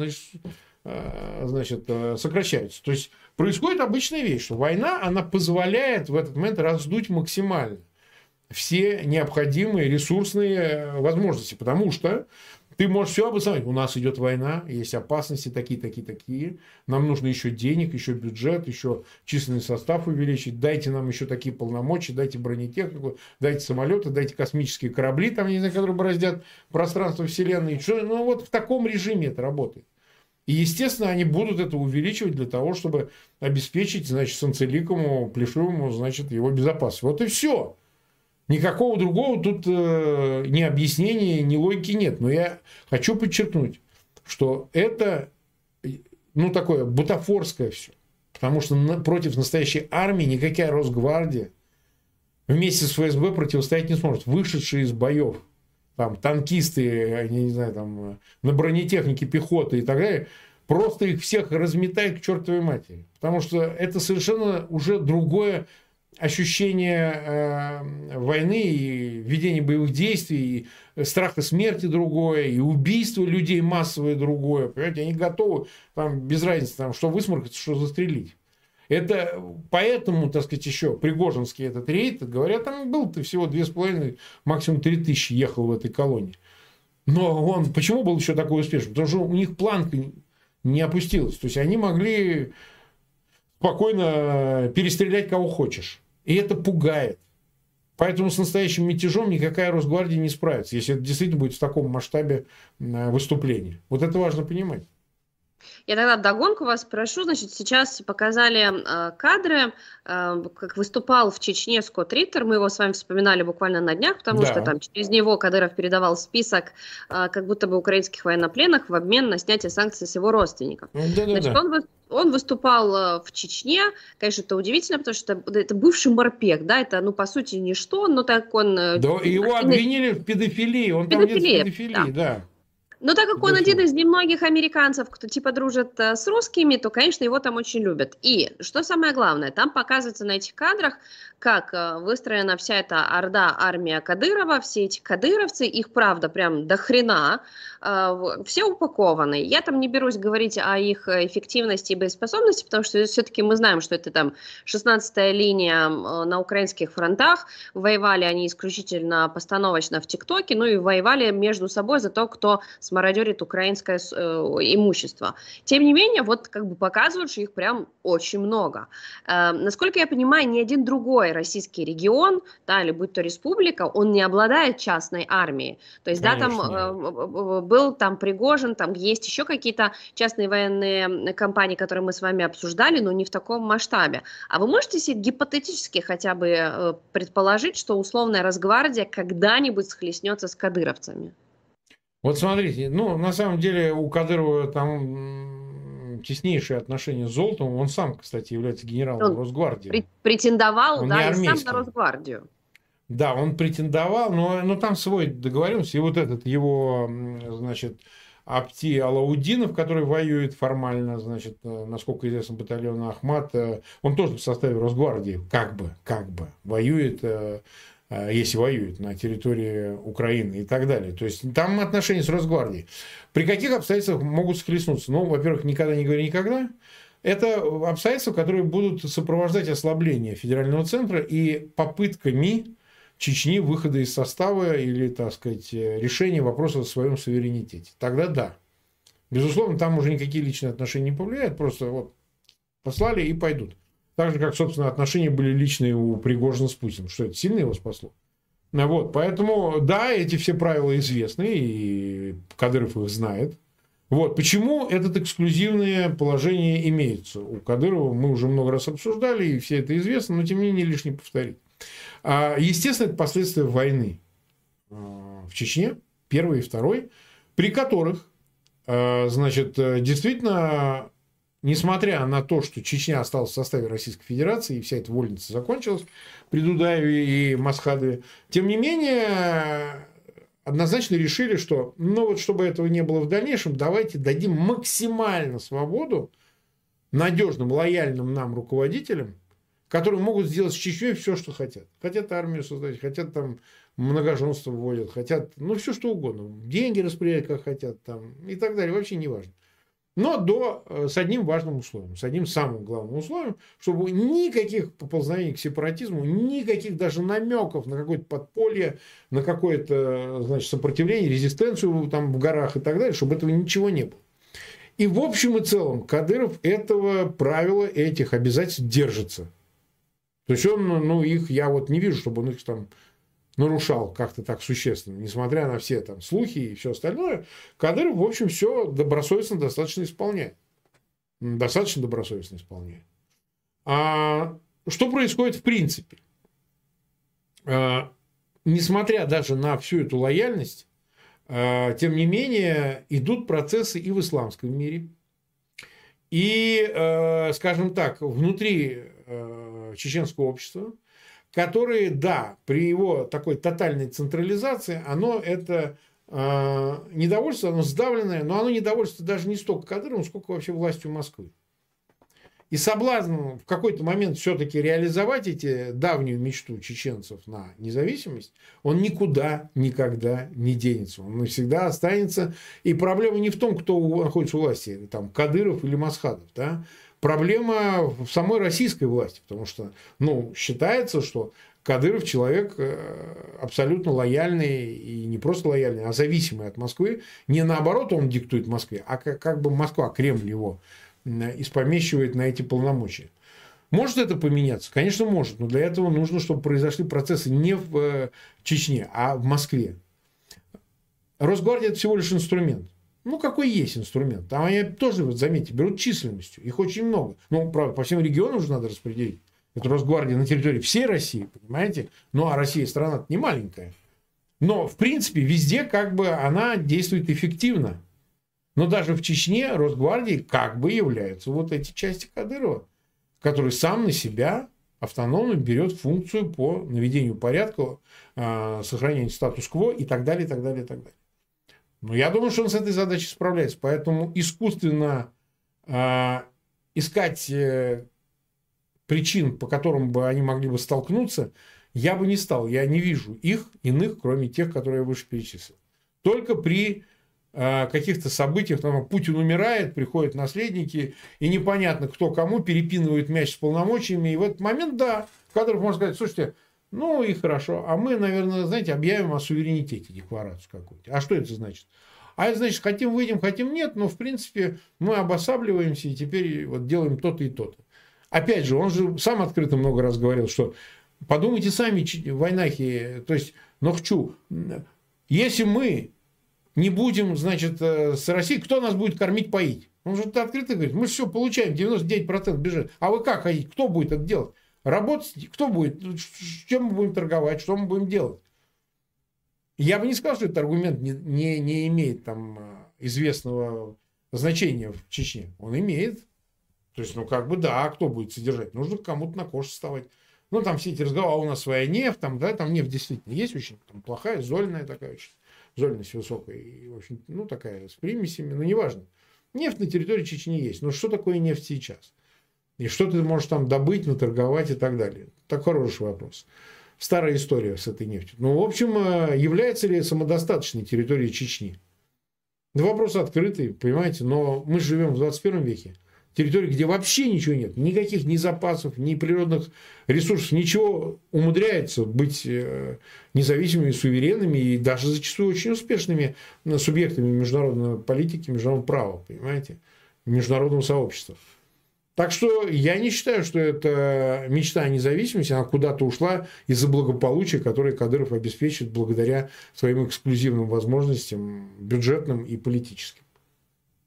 значит, сокращаются. То есть происходит обычная вещь, что война, она позволяет в этот момент раздуть максимально все необходимые ресурсные возможности, потому что ты можешь все обосновать. У нас идет война, есть опасности такие, такие, такие. Нам нужно еще денег, еще бюджет, еще численный состав увеличить. Дайте нам еще такие полномочия, дайте бронетехнику, дайте самолеты, дайте космические корабли, там, не знаю, которые бороздят пространство Вселенной. Ну, вот в таком режиме это работает. И, естественно, они будут это увеличивать для того, чтобы обеспечить, значит, Санцеликому, Плешивому, значит, его безопасность. Вот и все. Никакого другого тут ни объяснения, ни логики нет. Но я хочу подчеркнуть, что это, ну, такое бутафорское все. Потому что против настоящей армии никакая Росгвардия вместе с ФСБ противостоять не сможет. Вышедшие из боев, там, танкисты, я не знаю, там, на бронетехнике, пехоты и так далее, просто их всех разметает к чертовой матери. Потому что это совершенно уже другое ощущение войны и ведения боевых действий, и страха смерти другое, и убийство людей массовое другое. Понимаете, они готовы, там, без разницы, там, что высморкаться, что застрелить. Это поэтому, так сказать, еще Пригожинский этот рейд, говорят, там был-то всего 2,5, максимум 3 тысячи ехал в этой колонии. Но он почему был еще такой успешный? Потому что у них планка не опустилась. То есть они могли спокойно перестрелять кого хочешь. И это пугает. Поэтому с настоящим мятежом никакая Росгвардия не справится, если это действительно будет в таком масштабе выступления. Вот это важно понимать. Я тогда догонку вас спрошу. Значит, сейчас показали кадры, как выступал в Чечне Скотт Риттер. Мы его с вами вспоминали буквально на днях, потому что там через него Кадыров передавал список как будто бы украинских военнопленных в обмен на снятие санкций с его родственников. Значит, он выступал в Чечне. Конечно, это удивительно, потому что это бывший морпех, да, это, ну, по сути, ничто, но так он... Да, его обвинили в педофилии, он там где-то в педофилии, да. Но так как он один из немногих американцев, кто типа дружит с русскими, то, конечно, его там очень любят. И что самое главное, там показывается на этих кадрах, как выстроена вся эта орда, армия Кадырова, все эти кадыровцы, их, правда, прям до хрена, все упакованы. Я там не берусь говорить о их эффективности и боеспособности, потому что все-таки мы знаем, что это там 16-я линия на украинских фронтах, воевали они исключительно постановочно в ТикТоке, ну и воевали между собой за то, кто смародерит украинское имущество. Тем не менее, вот как бы показывают, что их прям очень много. Насколько я понимаю, ни один другой российский регион, да, или будь то республика, он не обладает частной армией. То есть, конечно, да, там был там Пригожин, там есть еще какие-то частные военные компании, которые мы с вами обсуждали, но не в таком масштабе. А вы можете себе гипотетически хотя бы предположить, что условная Росгвардия когда-нибудь схлестнется с кадыровцами? Вот смотрите, ну, на самом деле у Кадырова там теснейшие отношения с Золотовым. Он сам, кстати, является генералом Росгвардии. Претендовал, он да, и сам на Росгвардию. Да, он претендовал, но там свой договоренность. И вот этот его, значит, Апти Алаудинов, который воюет формально, значит, насколько известно, батальон Ахмат, он тоже в составе Росгвардии, как бы воюет, если воюет на территории Украины и так далее. То есть там отношения с Росгвардией. При каких обстоятельствах могут схлестнуться? Ну, во-первых, никогда не говори никогда. Это обстоятельства, которые будут сопровождать ослабление федерального центра и попытками Чечни выхода из состава или, так сказать, решения вопроса о своем суверенитете. Тогда да. Безусловно, там уже никакие личные отношения не повлияют, просто вот послали и пойдут. Так же, как, собственно, отношения были личные у Пригожина с Путиным. Что это сильно его спасло? Вот, поэтому, да, эти все правила известны, и Кадыров их знает. Вот, почему это эксклюзивное положение имеется? У Кадырова мы уже много раз обсуждали, и все это известно, но тем не менее лишне повторить. Естественно, это последствия войны в Чечне, первой и второй, при которых, значит, действительно несмотря на то, что Чечня осталась в составе Российской Федерации, и вся эта вольница закончилась при Дудаеве и Масхадове, тем не менее, однозначно решили, что, ну вот, чтобы этого не было в дальнейшем, давайте дадим максимально свободу надежным, лояльным нам руководителям, которые могут сделать с Чечней все, что хотят. Хотят армию создать, хотят там многоженство вводят, хотят, ну, все что угодно. Деньги распределять, как хотят, там, и так далее. Вообще не важно. Но с одним важным условием, с одним самым главным условием, чтобы никаких поползновений к сепаратизму, никаких даже намеков на какое-то подполье, на какое-то, значит, сопротивление, резистенцию там в горах и так далее, чтобы этого ничего не было. И в общем и целом Кадыров этого правила, этих обязательств держится. То есть он, ну, их, я вот не вижу, чтобы он их там нарушал как-то так существенно, несмотря на все там слухи и все остальное. Кадыров, в общем, все добросовестно достаточно исполняет. Достаточно добросовестно исполняет. А что происходит в принципе? Несмотря даже на всю эту лояльность, тем не менее, идут процессы и в исламском мире. И, скажем так, внутри чеченского общества, которые, да, при его такой тотальной централизации, оно это недовольство, оно сдавленное, но оно недовольство даже не столько Кадыровым, сколько вообще властью Москвы. И соблазн в какой-то момент все-таки реализовать давнюю мечту чеченцев на независимость, он никуда никогда не денется. Он навсегда останется. И проблема не в том, кто находится у власти, там, Кадыров или Масхадов. Да? Проблема в самой российской власти. Потому что, ну, считается, что Кадыров человек абсолютно лояльный, и не просто лояльный, а зависимый от Москвы. Не наоборот он диктует Москве, а как бы Москва, Кремль его испомещивает на эти полномочия. Может это поменяться? Конечно, может. Но для этого нужно, чтобы произошли процессы не в Чечне, а в Москве. Росгвардия – это всего лишь инструмент. Ну, какой есть инструмент? Там они тоже, вот, заметьте, берут численностью. Их очень много. Ну, правда, по всем регионам уже надо распределить. Это Росгвардия на территории всей России, понимаете? Ну, а Россия страна не маленькая. Но, в принципе, везде как бы она действует эффективно. Но даже в Чечне Росгвардией как бы являются вот эти части Кадырова, который сам на себя автономно берет функцию по наведению порядка, сохранению статус-кво и так далее, и так далее, и так далее. Но я думаю, что он с этой задачей справляется. Поэтому искусственно искать причин, по которым бы они могли бы столкнуться, я бы не стал. Я не вижу их иных, кроме тех, которые я выше перечислил. Только при каких-то событиях, там Путин умирает, приходят наследники, и непонятно, кто кому перепинывает мяч с полномочиями. И в этот момент, да, Кадыров может сказать: слушайте, ну и хорошо, а мы, наверное, знаете, объявим о суверенитете декларацию какую-то. А что это значит? А это значит, хотим выйдем, хотим нет, но в принципе мы обосабливаемся и теперь вот делаем то-то и то-то. Опять же, он же сам открыто много раз говорил, что подумайте сами, войнахи, то есть Нохчу, если мы не будем, значит, с Россией, кто нас будет кормить, поить? Он же открыто говорит: мы все получаем, 99% бюджета. А вы как хотите? Кто будет это делать? Работать? Кто будет? Чем мы будем торговать? Что мы будем делать? Я бы не сказал, что этот аргумент не имеет там известного значения в Чечне. Он имеет. То есть, ну, как бы, да, кто будет содержать? Нужно кому-то на кош вставать. Ну, там все эти разговоры: а у нас своя нефть, там, да, там нефть действительно есть очень там, плохая, зольная такая очень. Зольность высокая, и, в общем, ну, такая, с примесями, но неважно. Нефть на территории Чечни есть. Но что такое нефть сейчас? И что ты можешь там добыть, наторговать и так далее? Так хороший вопрос. Старая история с этой нефтью. Ну, в общем, является ли самодостаточной территория Чечни? Да, вопрос открытый, понимаете, но мы живем в 21 веке. Территории, где вообще ничего нет, никаких ни запасов, ни природных ресурсов, ничего, умудряется быть независимыми, суверенными и даже зачастую очень успешными субъектами международной политики, международного права, понимаете, международного сообщества. Так что я не считаю, что это мечта о независимости, она куда-то ушла из-за благополучия, которое Кадыров обеспечит благодаря своим эксклюзивным возможностям бюджетным и политическим.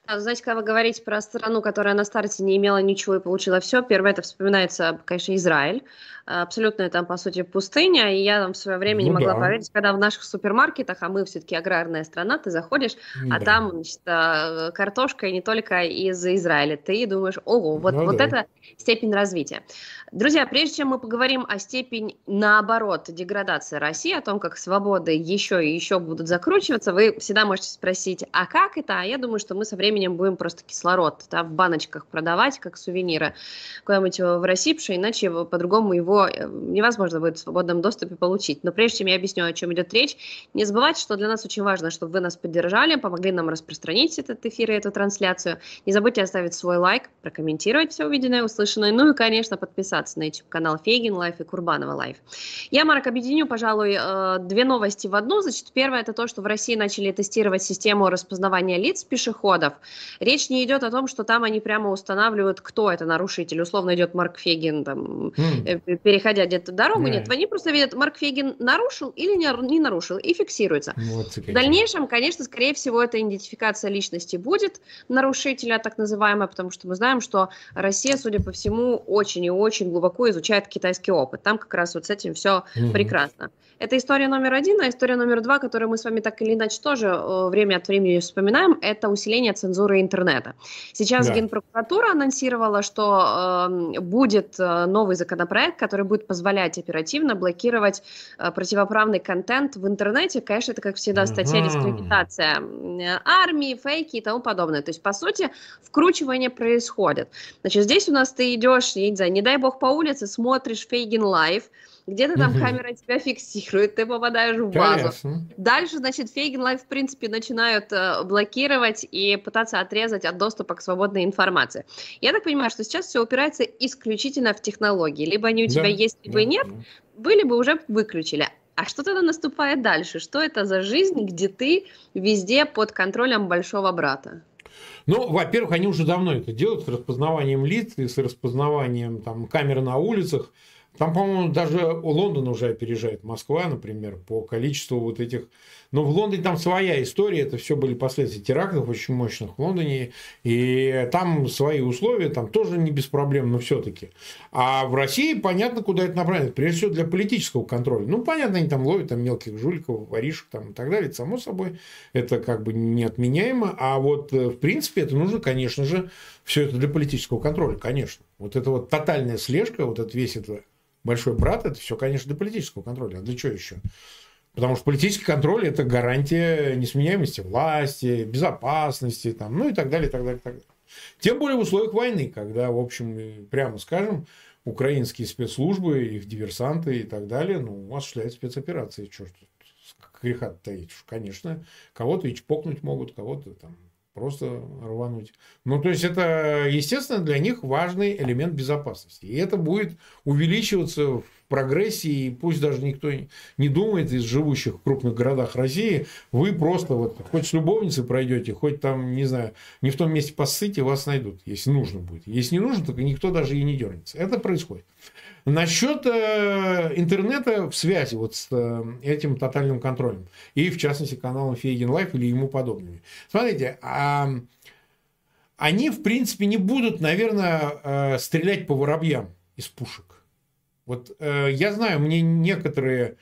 Знаете, когда вы говорите про страну, которая на старте не имела ничего и получила все, первое это вспоминается, конечно, Израиль. Абсолютно там, по сути, пустыня. И я там в свое время не Ну могла да, поверить, когда в наших супермаркетах, а мы все-таки аграрная страна, ты заходишь, а да, там, значит, картошка и не только из Израиля. Ты думаешь, ого, вот, ну вот да. это степень развития. Друзья, прежде чем мы поговорим о степени, наоборот, деградации России, о том, как свободы еще и еще будут закручиваться, вы всегда можете спросить, а как это? А я думаю, что мы со временем будем просто кислород, да, в баночках продавать, как сувениры куда-нибудь в России, потому что иначе по-другому его невозможно будет в свободном доступе получить. Но прежде чем я объясню, о чем идет речь, не забывайте, что для нас очень важно, чтобы вы нас поддержали, помогли нам распространить этот эфир и эту трансляцию. Не забудьте оставить свой лайк, прокомментировать все увиденное, услышанное, ну и, конечно, подписаться на YouTube-канал Фейгин Лайф и Курбанова Лайф. Я, Марк, объединю, пожалуй, две новости в одну. Значит, первое, это то, что в России начали тестировать систему распознавания лиц пешеходов. Речь не идет о том, что там они прямо устанавливают, кто это нарушитель. Условно идет Марк Фейгин, там, переходя где-то дорогу. Нет, они просто видят, Марк Фейгин нарушил или не нарушил, и фиксируется. В дальнейшем, конечно, скорее всего, эта идентификация личности будет нарушителя, так называемая, потому что мы знаем, что Россия, судя по всему, очень и очень глубоко изучает китайский опыт. Там как раз вот с этим все прекрасно. Это история номер один, а история номер два, которую мы с вами так или иначе тоже время от времени вспоминаем, это усиление цензуры интернета. Сейчас Генпрокуратура анонсировала, что будет новый законопроект, который будет позволять оперативно блокировать противоправный контент в интернете. Конечно, это, как всегда, статья дискредитация армии, фейки и тому подобное. То есть, по сути, вкручивание происходит. Значит, здесь у нас ты идешь, я не знаю, не дай бог по улице, смотришь Фейгин Лайв, где-то там камера тебя фиксирует, ты попадаешь в базу. Дальше, значит, Фейгин Лайв, в принципе, начинают блокировать и пытаться отрезать от доступа к свободной информации. Я так понимаю, что сейчас все упирается исключительно в технологии. Либо они у тебя есть, либо нет. Были бы уже выключили. А что тогда наступает дальше? Что это за жизнь, где ты везде под контролем большого брата? Ну, во-первых, они уже давно это делают с распознаванием лиц и с распознаванием там, камер на улицах. Там, по-моему, даже Лондон уже опережает Москва, например, по количеству вот этих... Но в Лондоне там своя история, это все были последствия терактов очень мощных в Лондоне, и там свои условия, там тоже не без проблем, но все-таки. А в России понятно, куда это направлено, прежде всего для политического контроля. Ну, понятно, они там ловят там, мелких жуликов, воришек там, и так далее, это само собой, это как бы неотменяемо, а вот в принципе это нужно, конечно же, все это для политического контроля, конечно. Вот это вот тотальная слежка, вот это весь это большой брат, это все, конечно, для политического контроля. А для чего еще? Потому что политический контроль – это гарантия несменяемости власти, безопасности, там, ну и так далее, и так далее, и так далее. Тем более в условиях войны, когда, в общем, прямо скажем, украинские спецслужбы, их диверсанты и так далее, ну, осуществляют спецоперации. Что ж тут греха таить? Конечно, кого-то и чпокнуть могут, кого-то там просто рвануть. Ну, то есть, это, естественно, для них важный элемент безопасности. И это будет увеличиваться в прогрессе, и пусть даже никто не думает из живущих в крупных городах России, вы просто вот хоть с любовницей пройдете, хоть там, не знаю, не в том месте поссыте, вас найдут, если нужно будет. Если не нужно, то никто даже и не дернется. Это происходит. Насчет интернета в связи вот с этим тотальным контролем. И, в частности, каналом Фейгин Лайф или ему подобными. Смотрите, они, в принципе, не будут, наверное, стрелять по воробьям из пушек. Вот я знаю, мне некоторые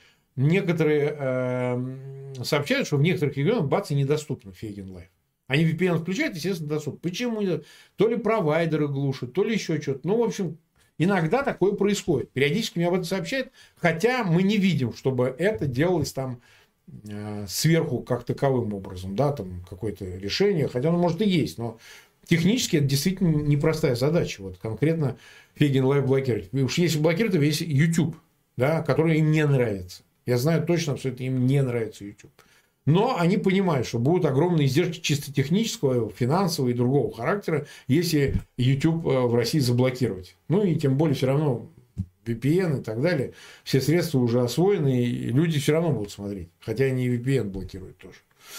сообщают, что в некоторых регионах бац, и недоступен Фейгин Лайф. Они VPN включают, естественно, доступны. Почему? То ли провайдеры глушат, то ли еще что-то. Ну, в общем, иногда такое происходит. Периодически мне об этом сообщают, хотя мы не видим, чтобы это делалось там сверху как таковым образом, да, там какое-то решение, хотя оно может и есть, но технически это действительно непростая задача. Вот конкретно Фейгин Лайв блокировать. Уж если блокировать, то весь YouTube, да, который им не нравится. Я знаю точно, что это им не нравится YouTube. Но они понимают, что будут огромные издержки чисто технического, финансового и другого характера, если YouTube в России заблокировать. Ну и тем более все равно VPN и так далее. Все средства уже освоены, и люди все равно будут смотреть. Хотя они и VPN блокируют тоже.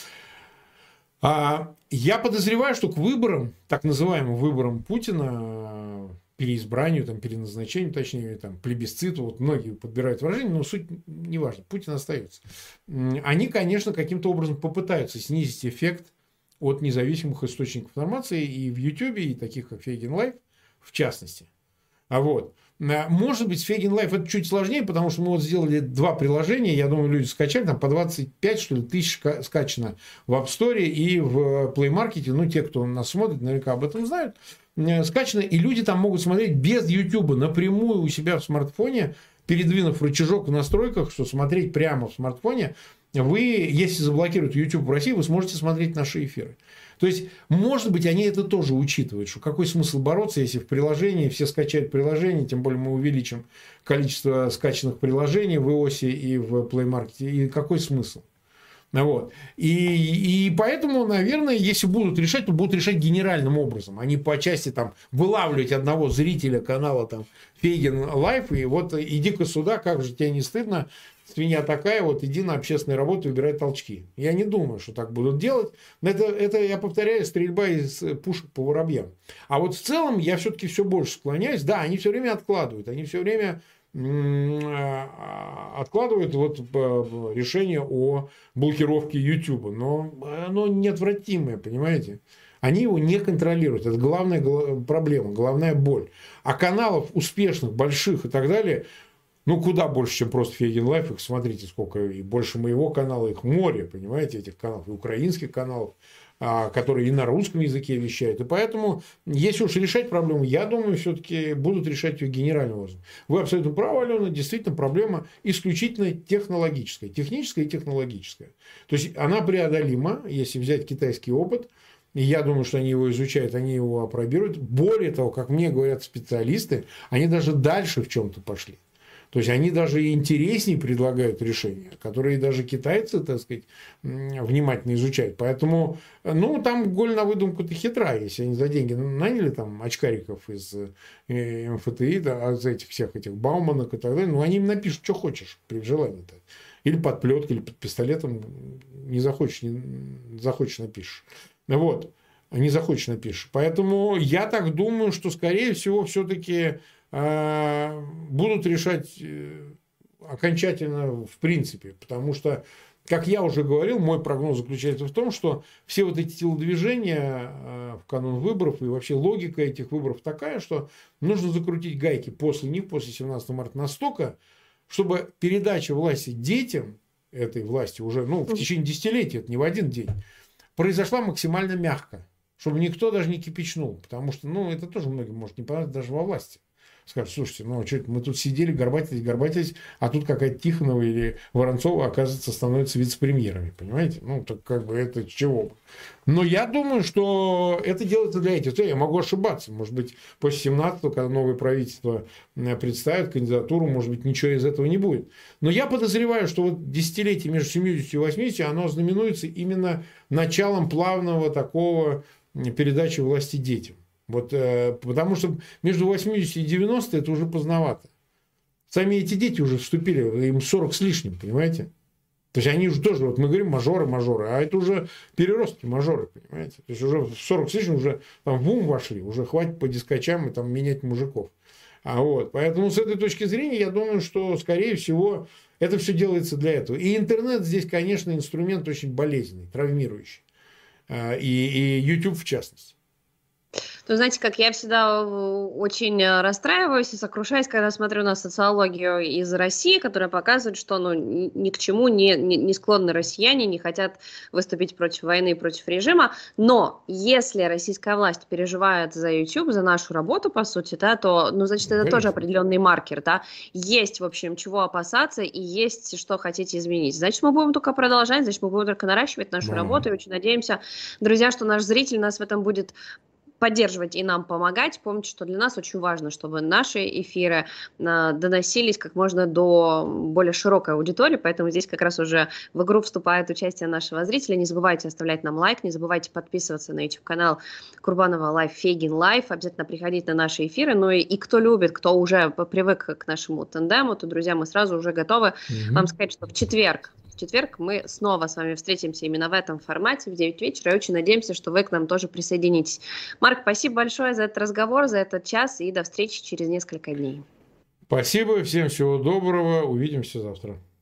Я подозреваю, что к выборам, так называемым выборам Путина, переизбранию, там, переназначению, точнее, там, плебисциту, вот многие подбирают выражение, но суть не важна, Путин остается. Они, конечно, каким-то образом попытаются снизить эффект от независимых источников информации и в YouTube, и таких как Фейгин Лайф, в частности. Может быть, с Фейгин Лайф это чуть сложнее, потому что мы вот сделали 2 приложения, я думаю, люди скачали, там по 25, что ли, тысяч скачано в App Store и в Play Market, те, кто нас смотрит, наверняка об этом знают, скачано, и люди там могут смотреть без YouTube напрямую у себя в смартфоне, передвинув рычажок в настройках, что смотреть прямо в смартфоне, вы, если заблокируют YouTube в России, вы сможете смотреть наши эфиры. То есть, может быть, они это тоже учитывают, что какой смысл бороться, если в приложении все скачают приложение, тем более мы увеличим количество скачанных приложений в iOS и в Play Market, и какой смысл? И поэтому, наверное, если будут решать, то будут решать генеральным образом, а не по части вылавливать одного зрителя канала Фейгин Лайф, и иди-ка сюда, как же тебе не стыдно, свинья такая, иди на общественную работу, выбирай толчки. Я не думаю, что так будут делать. Это, я повторяю, стрельба из пушек по воробьям. А в целом я все-таки все больше склоняюсь. Да, они все время откладывают, они все время откладывают решение о блокировке YouTube. Но оно неотвратимое, понимаете? Они его не контролируют. Это главная проблема, главная боль. А каналов успешных, больших и так далее, куда больше, чем просто Фейгин Лайф. Их смотрите, сколько. И больше моего канала, их море, понимаете, этих каналов. И украинских каналов, которые и на русском языке вещают. И поэтому, если уж решать проблему, я думаю, все-таки будут решать ее генеральным образом. Вы абсолютно правы, Алена, действительно проблема исключительно технологическая. Техническая и технологическая. То есть, она преодолима, если взять китайский опыт. И я думаю, что они его изучают, они его апробируют. Более того, как мне говорят специалисты, они даже дальше в чем-то пошли. То есть, они даже и интереснее предлагают решения, которые даже китайцы, так сказать, внимательно изучают. Поэтому, там голь на выдумку-то хитра. Если они за деньги наняли очкариков из МФТИ, из этих всех этих Бауманок и так далее, они им напишут, что хочешь при желании-то. Или под плеткой, или под пистолетом. Не захочешь напишешь. Не захочешь напишешь. Поэтому я так думаю, что, скорее всего, все-таки будут решать окончательно в принципе. Потому что, как я уже говорил, мой прогноз заключается в том, что все эти телодвижения в канун выборов и вообще логика этих выборов такая, что нужно закрутить гайки после них, после 17 марта настолько, чтобы передача власти детям, этой власти уже в течение десятилетий, это не в один день, произошла максимально мягко. Чтобы никто даже не кипячнул. Потому что, это тоже многим может не понравиться даже во власти. Скажут, слушайте, что это мы тут сидели, горбатились, а тут какая-то Тихонова или Воронцова, оказывается, становятся вице-премьерами. Понимаете? Так это чего бы. Но я думаю, что это делается для этих целей. Я могу ошибаться. Может быть, после 17-го, когда новое правительство представит кандидатуру, может быть, ничего из этого не будет. Но я подозреваю, что десятилетие между 70 и 80, оно знаменуется именно началом плавного такого передачи власти детям. Потому что между 80 и 90 это уже поздновато. Сами эти дети уже вступили, им 40 с лишним, понимаете? То есть, они уже тоже, мы говорим, мажоры, а это уже переростки мажоры, понимаете? То есть, уже в 40 с лишним уже в ум вошли, уже хватит по дискочам и менять мужиков. Поэтому, с этой точки зрения, я думаю, что, скорее всего, это все делается для этого. И интернет здесь, конечно, инструмент очень болезненный, травмирующий. И YouTube в частности. Знаете, как я всегда очень расстраиваюсь и сокрушаюсь, когда смотрю на социологию из России, которая показывает, что ни к чему не склонны россияне, не хотят выступить против войны и против режима. Но если российская власть переживает за YouTube, за нашу работу, по сути, то, значит, это тоже определенный маркер. Есть, в общем, чего опасаться и есть, что хотите изменить. Значит, мы будем только продолжать, значит, мы будем только наращивать нашу работу. И очень надеемся, друзья, что наш зритель нас в этом будет поддерживать и нам помогать. Помните, что для нас очень важно, чтобы наши эфиры доносились как можно до более широкой аудитории, поэтому здесь как раз уже в игру вступает участие нашего зрителя. Не забывайте оставлять нам лайк, не забывайте подписываться на YouTube-канал Курбанова Лайф, Фейгин Лайф, обязательно приходить на наши эфиры. И кто любит, кто уже привык к нашему тандему, то, друзья, мы сразу уже готовы вам сказать, что в четверг мы снова с вами встретимся именно в этом формате в 9 вечера. И очень надеемся, что вы к нам тоже присоединитесь. Марк, спасибо большое за этот разговор, за этот час. И до встречи через несколько дней. Спасибо. Всем всего доброго. Увидимся завтра.